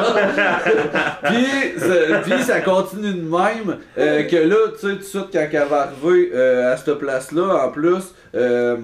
Puis ça continue de même, que là, tu sais, tout de suite, quand elle va arriver à cette place-là, en plus, elle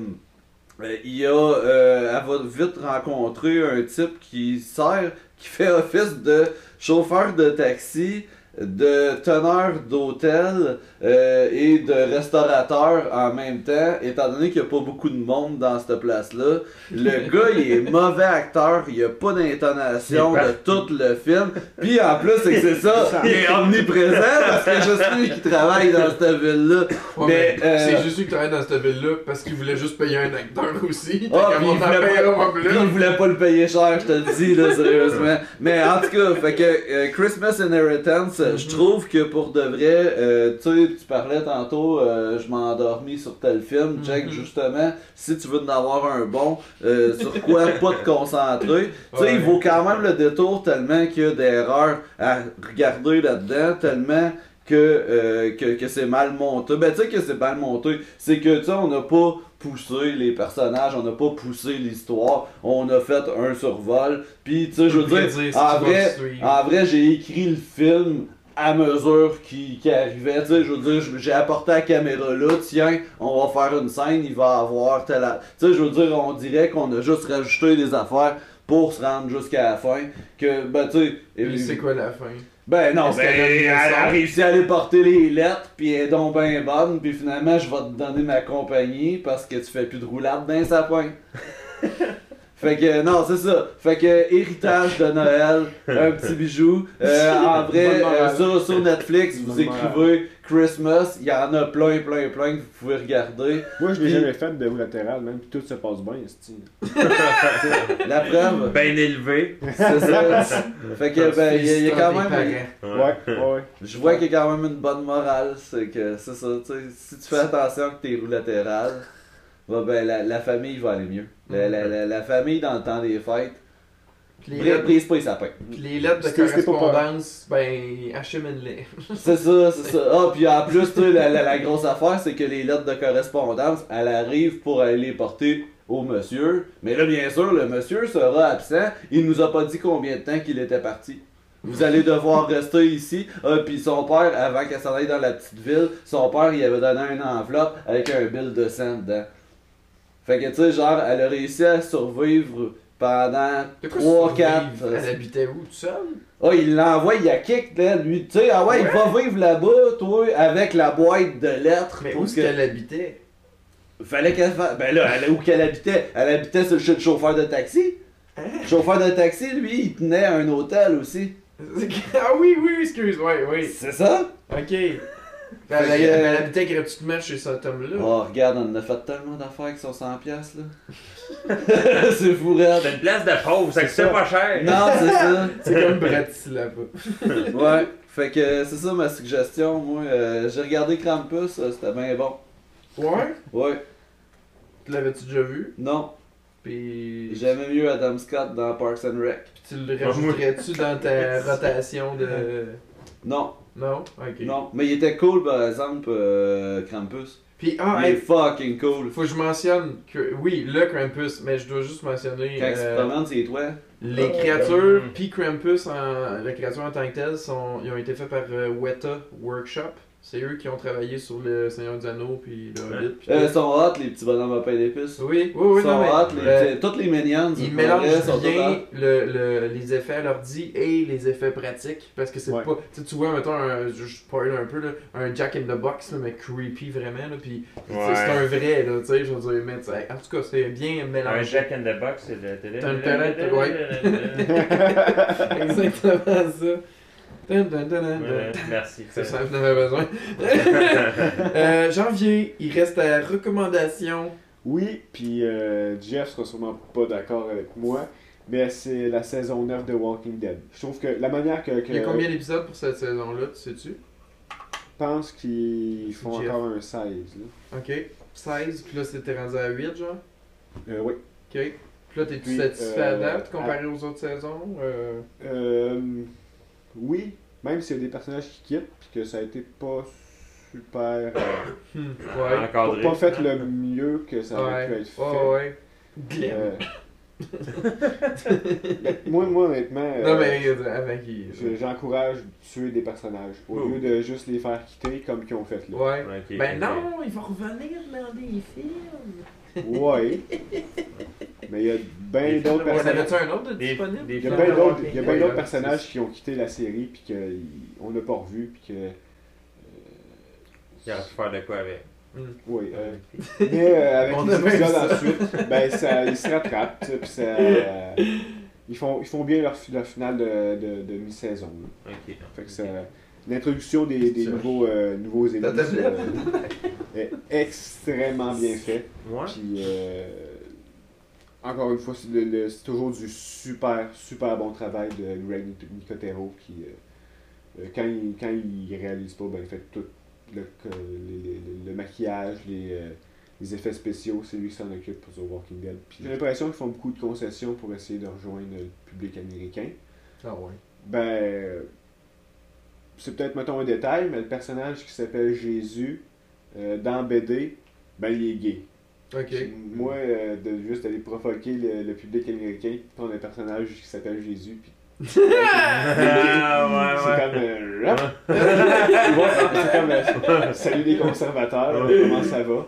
va vite rencontrer un type qui fait office de chauffeur de taxi, de teneur d'hôtel et de restaurateur en même temps, étant donné qu'il n'y a pas beaucoup de monde dans cette place-là. Le gars, il est mauvais acteur, il n'y a pas d'intonation de tout le film. Puis en plus, c'est ça, il est omniprésent parce que je suis lui qui travaille dans cette ville-là. Ouais, mais c'est juste lui qui travaille dans cette ville-là parce qu'il voulait juste payer un acteur aussi. Il voulait pas le payer cher, je te le dis, là, sérieusement. Mais en tout cas, fait que Christmas Inheritance, je trouve que pour de vrai, tu parlais tantôt, je m'ai endormi sur tel film, Jack, justement, si tu veux en avoir un bon, sur quoi pas te concentrer, tu sais, il vaut quand même le détour tellement qu'il y a d'erreurs à regarder là-dedans, tellement que c'est mal monté. Ben, tu sais que c'est mal monté, c'est que, tu sais, on n'a pas poussé les personnages, on n'a pas poussé l'histoire, on a fait un survol, puis, tu sais, je veux dire, en vrai, j'ai écrit le film à mesure qu'il arrivait, tu sais, je veux dire, j'ai apporté la caméra là, tiens, on va faire une scène, il va avoir telle... Tu sais, je veux dire, on dirait qu'on a juste rajouté des affaires pour se rendre jusqu'à la fin, que, ben, tu sais... Et c'est quoi la fin? Ben non, Est-ce ben, qu'elle elle a réussi à aller porter les lettres, pis elle est donc ben bonne, pis finalement, je vais te donner ma compagnie, parce que tu fais plus de roulade dans sa poing. Fait que, non, c'est ça. Fait que, héritage de Noël, un petit bijou. En vrai, sur Netflix, vous écrivez Christmas, il y en a plein que vous pouvez regarder. Moi, je l'ai jamais fait de latéral, même, puis tout se passe bien, esti. La preuve, Ben élevé. c'est ça. Fait que, ben, il y a quand même. Ouais. Je vois qu'il y a quand même une bonne morale, c'est que, c'est ça, tu sais, si tu fais attention que tes roues latérales, ben, la famille va aller mieux. La famille dans le temps des fêtes, brise pas les sapins. Puis les lettres de Parce que c'était pas correspondance, ben, achemine-les. C'est ça. Ah, puis en plus, tu sais, la grosse affaire, c'est que les lettres de correspondance, elles arrivent pour aller les porter au monsieur. Mais là, bien sûr, le monsieur sera absent. Il nous a pas dit combien de temps qu'il était parti. Vous allez devoir rester ici. Ah, puis son père, avant qu'elle s'en aille dans la petite ville, son père, il avait donné une enveloppe avec un bill de 100 dedans. Fait que, tu sais, genre, elle a réussi à survivre pendant 3-4... Elle habitait où, tout seul? Ah, il l'envoie, il y a kick, là, lui. Tu sais, ah ouais, il va vivre là-bas, toi, avec la boîte de lettres. Mais pour où est-ce qu'elle habitait? Fallait qu'elle fasse... Ben là, où qu'elle habitait? Elle habitait sur le chauffeur de taxi. Le chauffeur de taxi, lui, il tenait un hôtel aussi. Ah oui, excuse, oui. C'est ça? Ok. Elle habitait gratuitement chez cet homme-là. Oh, regarde, on en a fait tellement d'affaires qui sont 100$, là. C'est fou, raide. C'est une place de pauvre, ça coûtait pas cher. Non, c'est ça. C'est comme Bratislava. Ouais, fait que c'est ça ma suggestion. Moi, j'ai regardé Krampus, c'était bien bon. Ouais? Ouais, Tu l'avais-tu déjà vu? non. Puis. J'aimais mieux Adam Scott dans Parks and Rec. Puis tu le rajouterais-tu dans ta rotation de. Non, Non? Ok. non. Mais il était cool, par exemple, Krampus. Puis, Il est fucking cool. faut que je mentionne que. Oui, le Krampus, mais je dois juste mentionner. Quand il se promène, c'est toi. Les créatures, puis Krampus, la créature en tant que telle, ils ont été faits par Weta Workshop. C'est eux qui ont travaillé sur le Seigneur des Anneaux, puis le Hobbit. Puis tout. Ils sont hot, les petits bonhommes à pain d'épices. Oui, Ils sont non, mais, hot, toutes les minions. ils sont mélangent sont bien toutes les effets à l'ordi et les effets pratiques, parce que c'est Ouais. pas... Tu vois, mettons, je spoil un peu, là, un Jack in the Box, là, mais creepy vraiment, là, puis Ouais. c'est un vrai, là, tu sais, je veux dire, mais en tout cas, c'est bien Un mélangé. Jack in the Box, c'est le télé. Exactement ça. Dun, dun, dun, dun, dun. Merci. C'est ça, j'en avais besoin. Janvier, il reste à recommandation. Oui, puis Jeff sera sûrement pas d'accord avec moi, mais c'est la saison 9 de Walking Dead. Je trouve que la manière que Il y a combien d'épisodes pour cette saison-là, tu sais-tu? je pense qu'ils font Jeff. encore un 16. Là. Ok. 16, puis là c'était rendu à 8, genre? Oui. Ok. Puis là, t'es-tu Puis, satisfait à date comparé aux autres saisons? Oui, même s'il y a des personnages qui quittent, puis que ça a été pas super... Ouais. pas fait le mieux que ça aurait pu être fait. Ouais. Euh, moi, honnêtement, Non, mais avant qu'il. j'encourage de tuer des personnages au lieu de juste les faire quitter comme qu'ils ont fait là. Ouais. Ok, Ben ok. non, il va revenir dans des films. Ouais. Mais il y a bien d'autres On en personnages. avait-tu un autre de disponible? Il y a films bien de d'autres Walking il y a Dead. bien d'autres personnages qui ont quitté la série puis qu'on n'a pas revu puis que. Il aurait pu faire de quoi avec. Oui. Mais avec On les a même épisodes ça. ensuite, ben ça, ils se rattrapent, tu sais, puis ça. Ils font bien leur finale de mi-saison. Là. Ok. Fait que ça. L'introduction des nouveaux ennemis est extrêmement bien fait. Ouais. Puis, encore une fois, c'est toujours du super bon travail de Greg Nicotero qui, quand il réalise pas, ben, il fait tout le maquillage, les effets spéciaux, c'est lui qui s'en occupe pour The Walking Dead. Puis, j'ai l'impression qu'ils font beaucoup de concessions pour essayer de rejoindre le public américain. Ah ouais. Ben, c'est peut-être, mettons, un détail, mais le personnage qui s'appelle Jésus, dans BD, ben, il est gay. Ok. Puis moi, de juste aller provoquer le public américain, prendre un personnage qui s'appelle Jésus, puis C'est comme salut les conservateurs, comment ça va?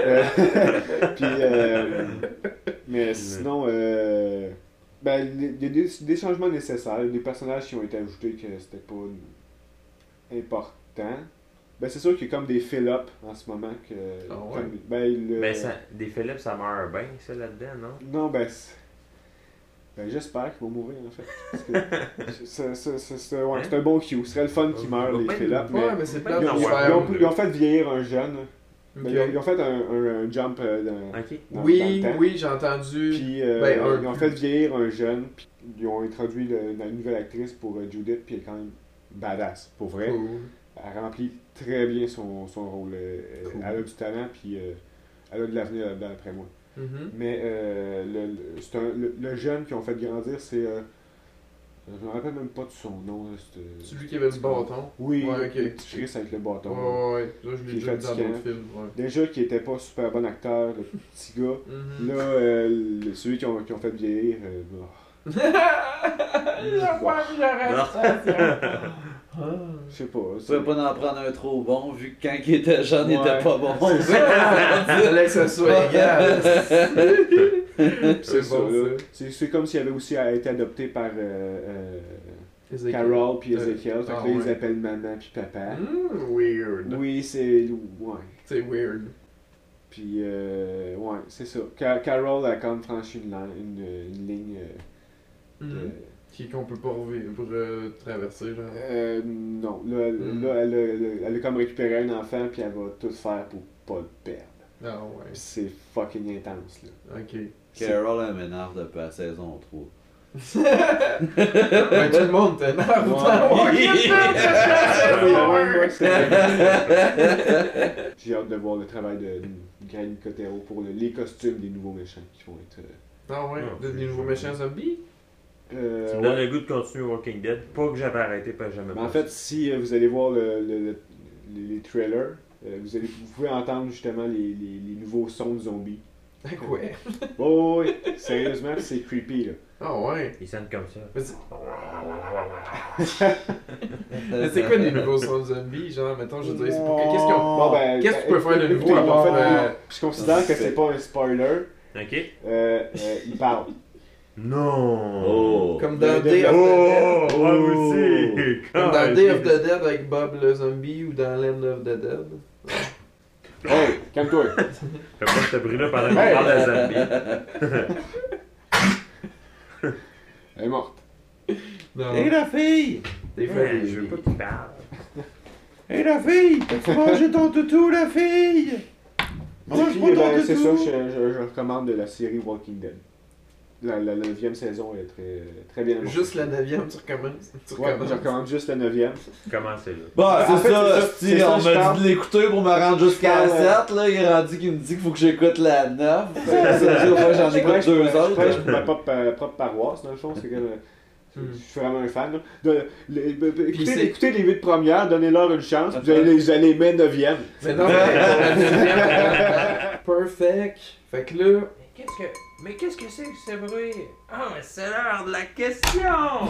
Mais sinon, ben, il y a des changements nécessaires, des personnages qui ont été ajoutés que c'était pas important. Ben, c'est sûr qu'il y a comme des fill-up en ce moment que. Des fill-up, ça meurt bien, ça, là-dedans, non? Non, ben. J'espère qu'ils vont mourir, en fait. C'est un bon cue. Ce serait le fun qu'ils meurent, les fill-up. Mais c'est pas ils ont fait vieillir un jeune. Okay. Ils ont fait un jump dans oui, dans le temps. Oui, j'ai entendu. Puis ils ont fait vieillir un jeune. Puis ils ont introduit la nouvelle actrice pour Judith. Puis elle est quand même badass, pour vrai. Cool. Elle remplit très bien son rôle. Cool. Elle a du talent. Puis elle a de l'avenir là-dedans, après moi. Mm-hmm. Mais le jeune qu'ils ont fait grandir, c'est. Je me rappelle même pas de son nom. Celui qui avait du bâton. Oui, ouais, okay. Le petit Chris avec le bâton. Ouais, là je l'ai déjà vu dans d'autres films. Ouais. Déjà qui était pas super bon acteur, le petit gars. Mm-hmm. Là, celui qui ont fait vieillir. Il a pas vu l'arrestation. Je sais pas. Tu pouvais pas en prendre un trop bon, vu que quand il était jeune, il était pas bon. Il fallait que ça soit égal. C'est bon, ça. C'est comme s'il avait aussi été adopté par Carol puis Ezekiel. Fait que là, ils appellent maman puis papa. Weird. Oui, c'est. Ouais. C'est weird. Puis, ouais, c'est ça. Carol a quand même franchi une ligne. Qu'on peut pas traverser, genre. Non. Là, elle a comme récupéré un enfant, puis elle va tout faire pour pas le perdre. Ah ouais. Pis c'est fucking intense, là. Ok. Carol, elle m'énerve depuis la saison 3. Ben, tout le monde t'énerve. J'ai hâte de voir le travail de Greg Nicotero pour les costumes des nouveaux méchants qui vont être. Ah ouais, des nouveaux méchants zombies? Tu me donnes le goût de continuer Walking Dead. Pas que j'avais arrêté, parce que jamais. Mais en fait, si vous allez voir les trailers, vous pouvez entendre justement les nouveaux sons de zombies. Ouais. Oh oui, sérieusement, c'est creepy là. Ah ouais. Ils sonnent comme ça. Mais c'est quoi les nouveaux sons de zombies? Genre, mettons, je veux dire, c'est pour qu'est-ce que tu peux faire de nouveau? Je considère que c'est pas un spoiler. Ok. Il parle. Non! Oh. Comme dans Day of the Dead. Moi aussi! Comme dans Day of the Dead avec Bob le zombie ou dans Land of the Dead. Hey, calme-toi! Comme moi, je te brûle là pendant qu'on parle de zombie. Elle est morte. Non. Hé la fille! Des fois, Je veux pas qu'il parle. Hé la fille! T'as-tu mangé ton toutou, la fille? Mange pas ton C'est ça, toutou! je recommande la série Walking Dead. La 9e saison est très bien amorcée. Juste la 9e, tu recommences. Ouais, je recommande juste la 9e. Commencez là. Bon, En c'est fait, ça, c'est ça, on je m'a parle. dit de l'écouter pour me rendre jusqu'à la 7, là. Il est rendu qu'il me dit qu'il faut que j'écoute la 9. Ça veut dire que j'en écoute 2 autres. Je prêche pour ma propre paroisse, dans le fond. C'est que je suis vraiment un fan. Écoutez les 8 premières, donnez-leur une chance, vous allez les mettre 9e. Mais non, perfect. Fait que là. Mais qu'est-ce que c'est que ce bruit? Ah, mais c'est l'heure de la question!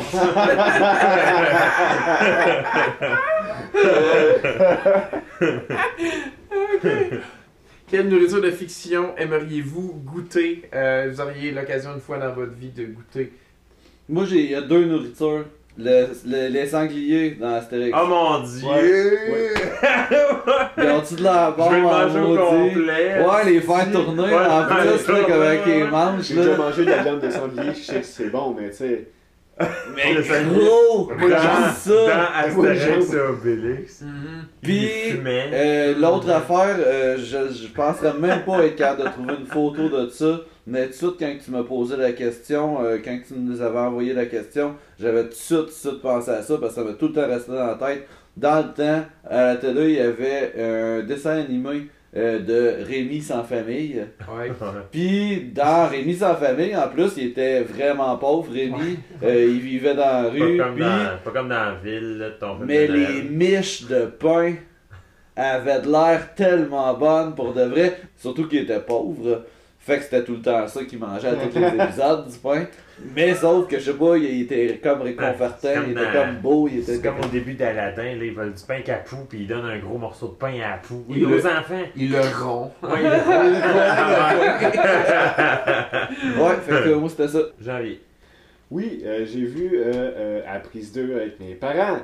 Quelle nourriture de fiction aimeriez-vous goûter? Vous auriez l'occasion une fois dans votre vie de goûter. Moi, il y a 2 nourritures. Les sangliers dans Astérix. Oh mon dieu! Ouais. Ils ont-tu de la Je vais le manger au complet. Ouais, les faire tourner Ouais, en plus, là, comme avec les J'ai manches, déjà là. mangé de la viande de sanglier, je sais que c'est bon, mais tu sais. Mais Le sanglier. gros! Dans, J'aime ça! dans Astérix et Obélix. Puis, Il fumait. l'autre affaire, je penserais même pas être capable de trouver une photo de ça. Mais tout de suite, quand tu m'as posé la question, quand tu nous avais envoyé la question, j'avais tout de suite pensé à ça parce que ça m'a tout le temps resté dans la tête. Dans le temps, à la télé, il y avait un dessin animé de Rémi sans famille. Ouais. Puis dans Rémi sans famille, en plus, il était vraiment pauvre, Rémi. Il vivait dans la rue. Pas comme dans la ville, là, de ton Mais les miches de pain avaient de l'air tellement bonnes pour de vrai. Surtout qu'il était pauvre. Fait que c'était tout le temps ça qu'il mangeait à tous les épisodes, du pain. Mais sauf que je sais pas, il était comme réconfortant, il était comme beau, il était C'est comme au début d'Aladin, là, ils veulent du pain qu'à Pou, puis ils donnent un gros morceau de pain à Pou. Aux enfants. Il le rond. Ouais, il le Ouais, fait que moi c'était ça. Janvier. Oui, j'ai vu à prise 2 avec mes parents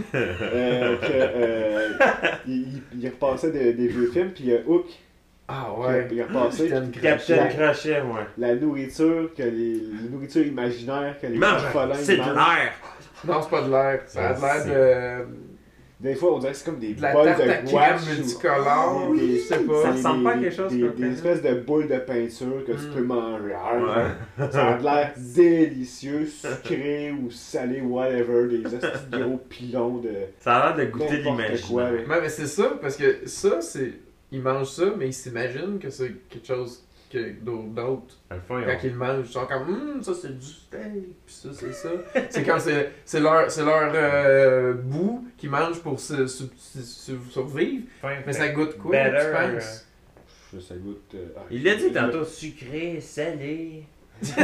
qu'ils repassaient des vieux films, puis Hook. Ah ouais. Il repassait. Capitaine Crochet, moi. La nourriture, les nourritures imaginaires que les orphelins c'est de mangent. Non, c'est pas de l'air. Ça a l'air Des fois, on dirait que c'est comme des de la bols tarte à de crème gouache. multicolore. Je sais pas. Ça ressemble pas à quelque chose Des espèces de boules de peinture que tu peux manger. Ouais. Ça a l'air délicieux, sucré ou salé, whatever. Des petits gros pilons de. Ça a l'air de goûter n'importe quoi. l'imaginaire. Ouais, mais c'est ça, parce que ça, c'est. Ils mangent ça, mais ils s'imaginent que c'est quelque chose d'autre. À le fond, Quand ils le mangent, ils sont comme ça c'est du steak, puis ça c'est ça. C'est quand c'est leur bout qu'ils mangent pour survivre. Mais ça goûte quoi, Better, tu penses? Ça goûte. Il l'a dit tantôt, sucré, salé. C'est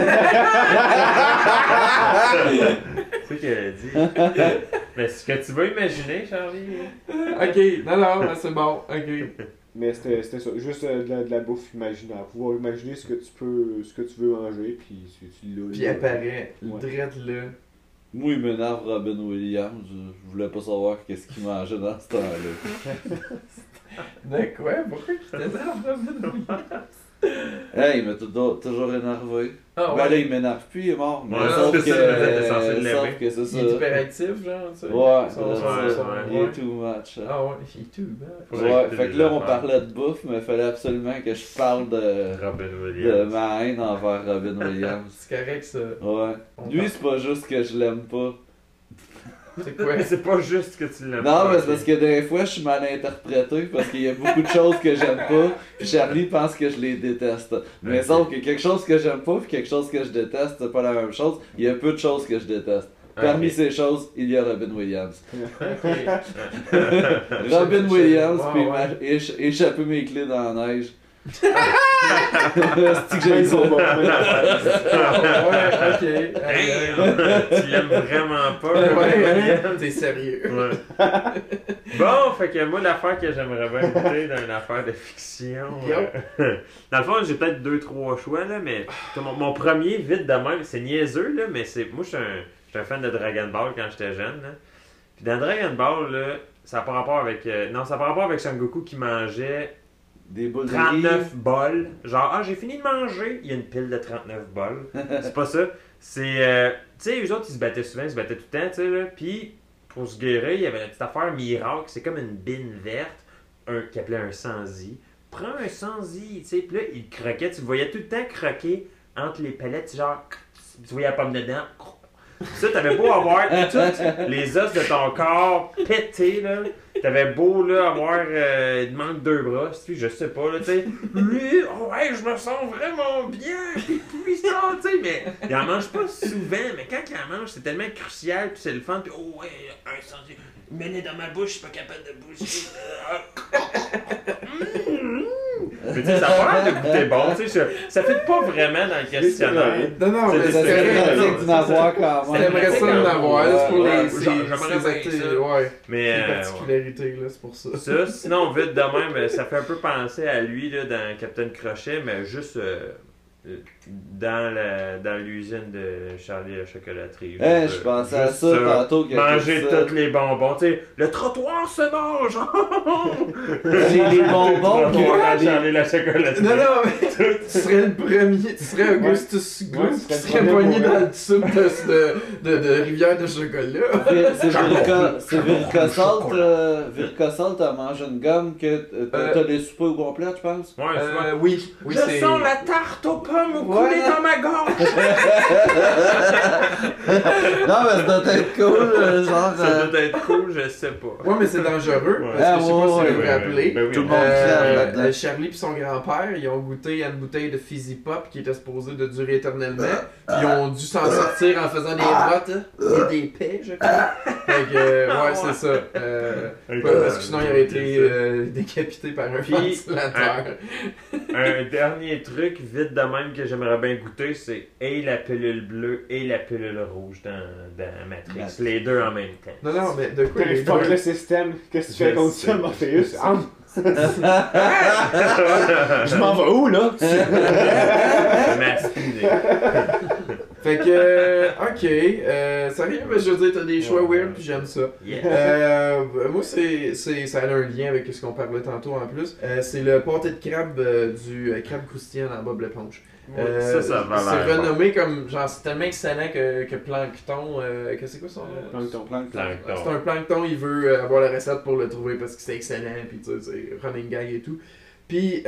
ce qu'elle a dit. Mais ce que tu vas imaginer, Charlie. Ok, non, c'est bon, ok. Mais c'était ça, juste de la bouffe imaginaire. Pouvoir imaginer ce que tu veux manger, puis tu l'as. Puis apparaît, Ouais. drette là. Moi, il m'énerve Robin Williams. Je voulais pas savoir qu'est-ce qu'il mangeait dans ce temps-là. De quoi? Pourquoi qu'il t'énerve, Robin? Hey, il m'a toujours énervé. Ah Ben là, ouais. il m'énerve plus, il est mort. Mais Ouais, sauf c'est que, ça, t'es censé le sauf lever. que c'est ça. Il est hyperactif, genre, tu sais. Ouais, il ouais. est too much. Hein. Ah ouais, il est tout bad. Ouais, fait que là, on parlait de bouffe, mais il fallait absolument que je parle de Robin Williams. ma haine envers Robin Williams. C'est correct, ça. Ouais. Lui, c'est pas juste que je l'aime pas. C'est quoi? C'est pas juste que tu l'aimes. Non, mais c'est parce que des fois, je suis mal interprété parce qu'il y a beaucoup de choses que j'aime pas. Puis Charlie pense que je les déteste. Mais Ok. sauf que quelque chose que j'aime pas puis quelque chose que je déteste, c'est pas la même chose. Il y a peu de choses que je déteste. Parmi Ok. ces choses, il y a Robin Williams. Ok. Robin Williams, Wow, puis ouais. échapper mes clés dans la neige. C'est que j'ai ça. Ouais, ok. Tu l'aimes vraiment pas, Robin Ouais, Williams. t'es sérieux. Ouais. Bon, fait que moi, l'affaire que j'aimerais bien goûter dans une affaire de fiction. Dans le fond, j'ai peut-être 2-3 choix, là, mais mon premier, vite de même, c'est niaiseux, là, mais c'est. Moi, je suis un fan de Dragon Ball quand j'étais jeune, là. Puis dans Dragon Ball, là, ça n'a pas rapport avec. Non, ça n'a pas rapport avec Son Goku qui mangeait Des boules de 39 bols. Genre, j'ai fini de manger, il y a une pile de 39 bols. C'est pas ça. C'est. Tu sais, eux autres, ils se battaient souvent, ils se battaient tout le temps, tu sais, là. Puis, pour se guérir, il y avait la petite affaire miracle, c'est comme une bine verte, qui appelait un sanzi. Prends un sanzi, tu sais. Puis là, il croquait, tu le voyais tout le temps croquer entre les palettes, genre, tu voyais la pomme dedans. Ça, t'avais beau avoir tous les os de ton corps pétés, là. T'avais beau, là, avoir... il te manque 2 bras, je sais pas, là, tu sais. Lui, oh, ouais, je me sens vraiment bien, puis puissant, tu sais, mais il en mange pas souvent, mais quand il en mange, c'est tellement crucial, puis c'est le fun, puis oh, ouais, un sentier, mets-le dans ma bouche, je suis pas capable de bouger. Mais tu sais, ça a pas l'air de goûter bon, tu sais, ça fait pas vraiment dans le questionnaire. Non, mais C'est c'est correct. pratique d'en avoir quand même. T'aimerais ça d'en avoir, là, c'est pour Ouais, les... j'aimerais bien ça. Ouais, Mais, les ouais. particularités, là, c'est pour ça. Ça, sinon, vite de même, ça fait un peu penser à lui là, dans Captain Crochet, mais juste dans l'usine de Charlie la chocolaterie. Hey, je pensais à ça tantôt. Manger tous les bonbons. Tu sais, le trottoir se mange! Les bonbons que Charlie la chocolaterie. Non, mais tu serais le premier, tu serais Augustus Gloop qui serait poigné dans le tube de rivière de chocolat. C'est Vircosol, t'as mangé une gomme que t'as les soupers au complet, tu penses? Ouais, souvent. Oui, Je c'est... sens la tarte aux pommes couler dans ma gorge! Non, mais ça doit être cool, genre. Ça doit être cool, je sais pas. Ouais, mais c'est dangereux, Ouais. parce que je sais pas si Ouais, vous vous rappelez. Ben oui, Tout le monde crève là-dedans. Charlie et son grand-père, ils ont goûté à une bouteille de Fizzy Pop qui était supposée de durer éternellement. Puis ils ont dû s'en sortir en faisant des rottes et des paix, je crois. Fait que, ouais, c'est ça. Parce que sinon, il aurait été décapité par un ventilateur. Un dernier truc, vite de même, que j'aimerais bien goûter, c'est et la pilule bleue et la pilule rouge dans Matrix. Les deux en même temps. Non, mais de quoi les Fuck deux? le système. Qu'est-ce que tu fais contre ça, Morpheus? Je m'en vais où, là? Mastiné. Fait que, ok, sérieux, mais je veux dire, t'as des choix weird, puis j'aime ça. Yeah. Moi, ça a un lien avec ce qu'on parlait tantôt en plus. C'est le pâté de crabe du crabe croustillant dans Bob l'éponge. Ça va C'est l'air renommé comme, genre, c'est tellement excellent que Plankton, que c'est quoi son nom? Plankton. C'est un Plankton, il veut avoir la recette pour le trouver parce que c'est excellent, puis tu sais, c'est running gag et tout. Puis,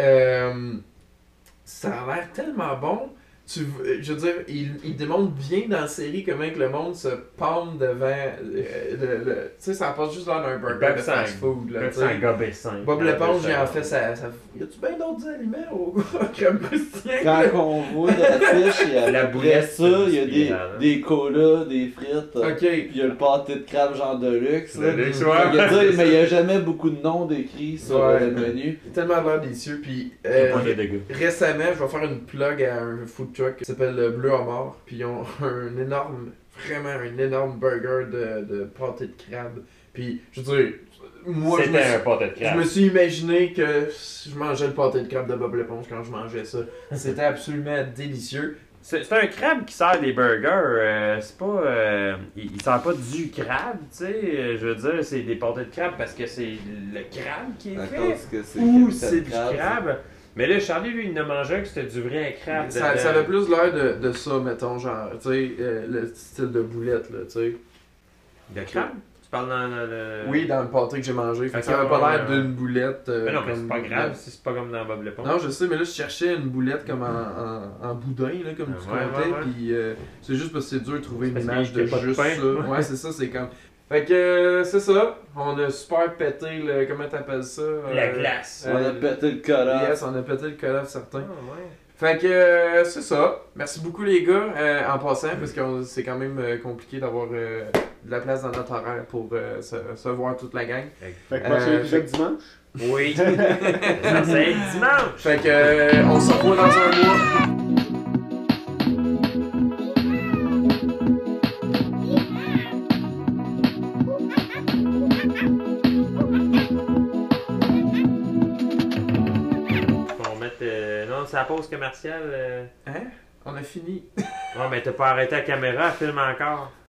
ça a l'air tellement bon. Je veux dire, il démontre bien dans la série comment que le monde se palme devant tu sais, ça passe juste l'air d'un burger de fast food. Là, C'est un gars baissant. Bob l'éponge, il en fait ça. Y a-tu bien d'autres aliments au crème croustillant? Quand on voit l'affiche, il y a La boulette, ça, il y a des colas, des frites, Ok. puis il y a le pâté de crabe genre de luxe. Là. De luxe, Fait ouais. que, tu sais, mais il n'y a jamais beaucoup de noms décrits sur le menu. Tellement l'air délicieux. Puis récemment, je vais faire une plug à un food truck qui s'appelle Bleu à mort. Puis ils ont vraiment un énorme burger de pâté de crabe. Puis je veux dire, moi C'était un pâté de je crabe. me suis imaginé que je mangeais le pâté de crabe de Bob l'éponge quand je mangeais ça. C'était absolument délicieux. C'est un crabe qui sert des burgers. C'est pas. Il sert pas du crabe, tu sais. Je veux dire, c'est des pâtés de crabe parce que c'est le crabe qui est À fait. cause que c'est Ou capital c'est du crabe. Mais là, Charlie, lui, il en a mangé un que c'était du vrai crabe. Ça avait plus l'air de ça, mettons, genre, tu sais, le style de boulette, là, tu sais. De crabe? Tu parles dans le. Oui, dans le pâté que j'ai mangé. Fait que ça Ok, avait pas ouais, l'air ouais. d'une boulette. Mais non, mais c'est comme pas une grave boulette. si c'est pas comme dans Bob l'éponge. Non, je sais, mais là, je cherchais une boulette comme en boudin, là, comme tu Ouais, comptais, ouais, ouais. puis c'est juste parce que c'est dur de trouver une C'est parce image qu'il y de a pas de juste pain. ça. Ouais, c'est ça, c'est comme... Fait que, c'est ça, on a super pété le... Comment t'appelles ça? La glace. On a pété le collant. Yes, on a pété le collab certain. Ah, ouais. Fait que, c'est ça. Merci beaucoup les gars, en passant, parce que c'est quand même compliqué d'avoir de la place dans notre horaire pour se voir toute la gang. Fait que prochain épisode dimanche. Oui. Ça, c'est dimanche. Fait que, on se revoit dans un mois. On va mettre. Non, c'est la pause commerciale. Hein? On a fini. Ouais, mais t'as pas arrêté la caméra, elle filme encore.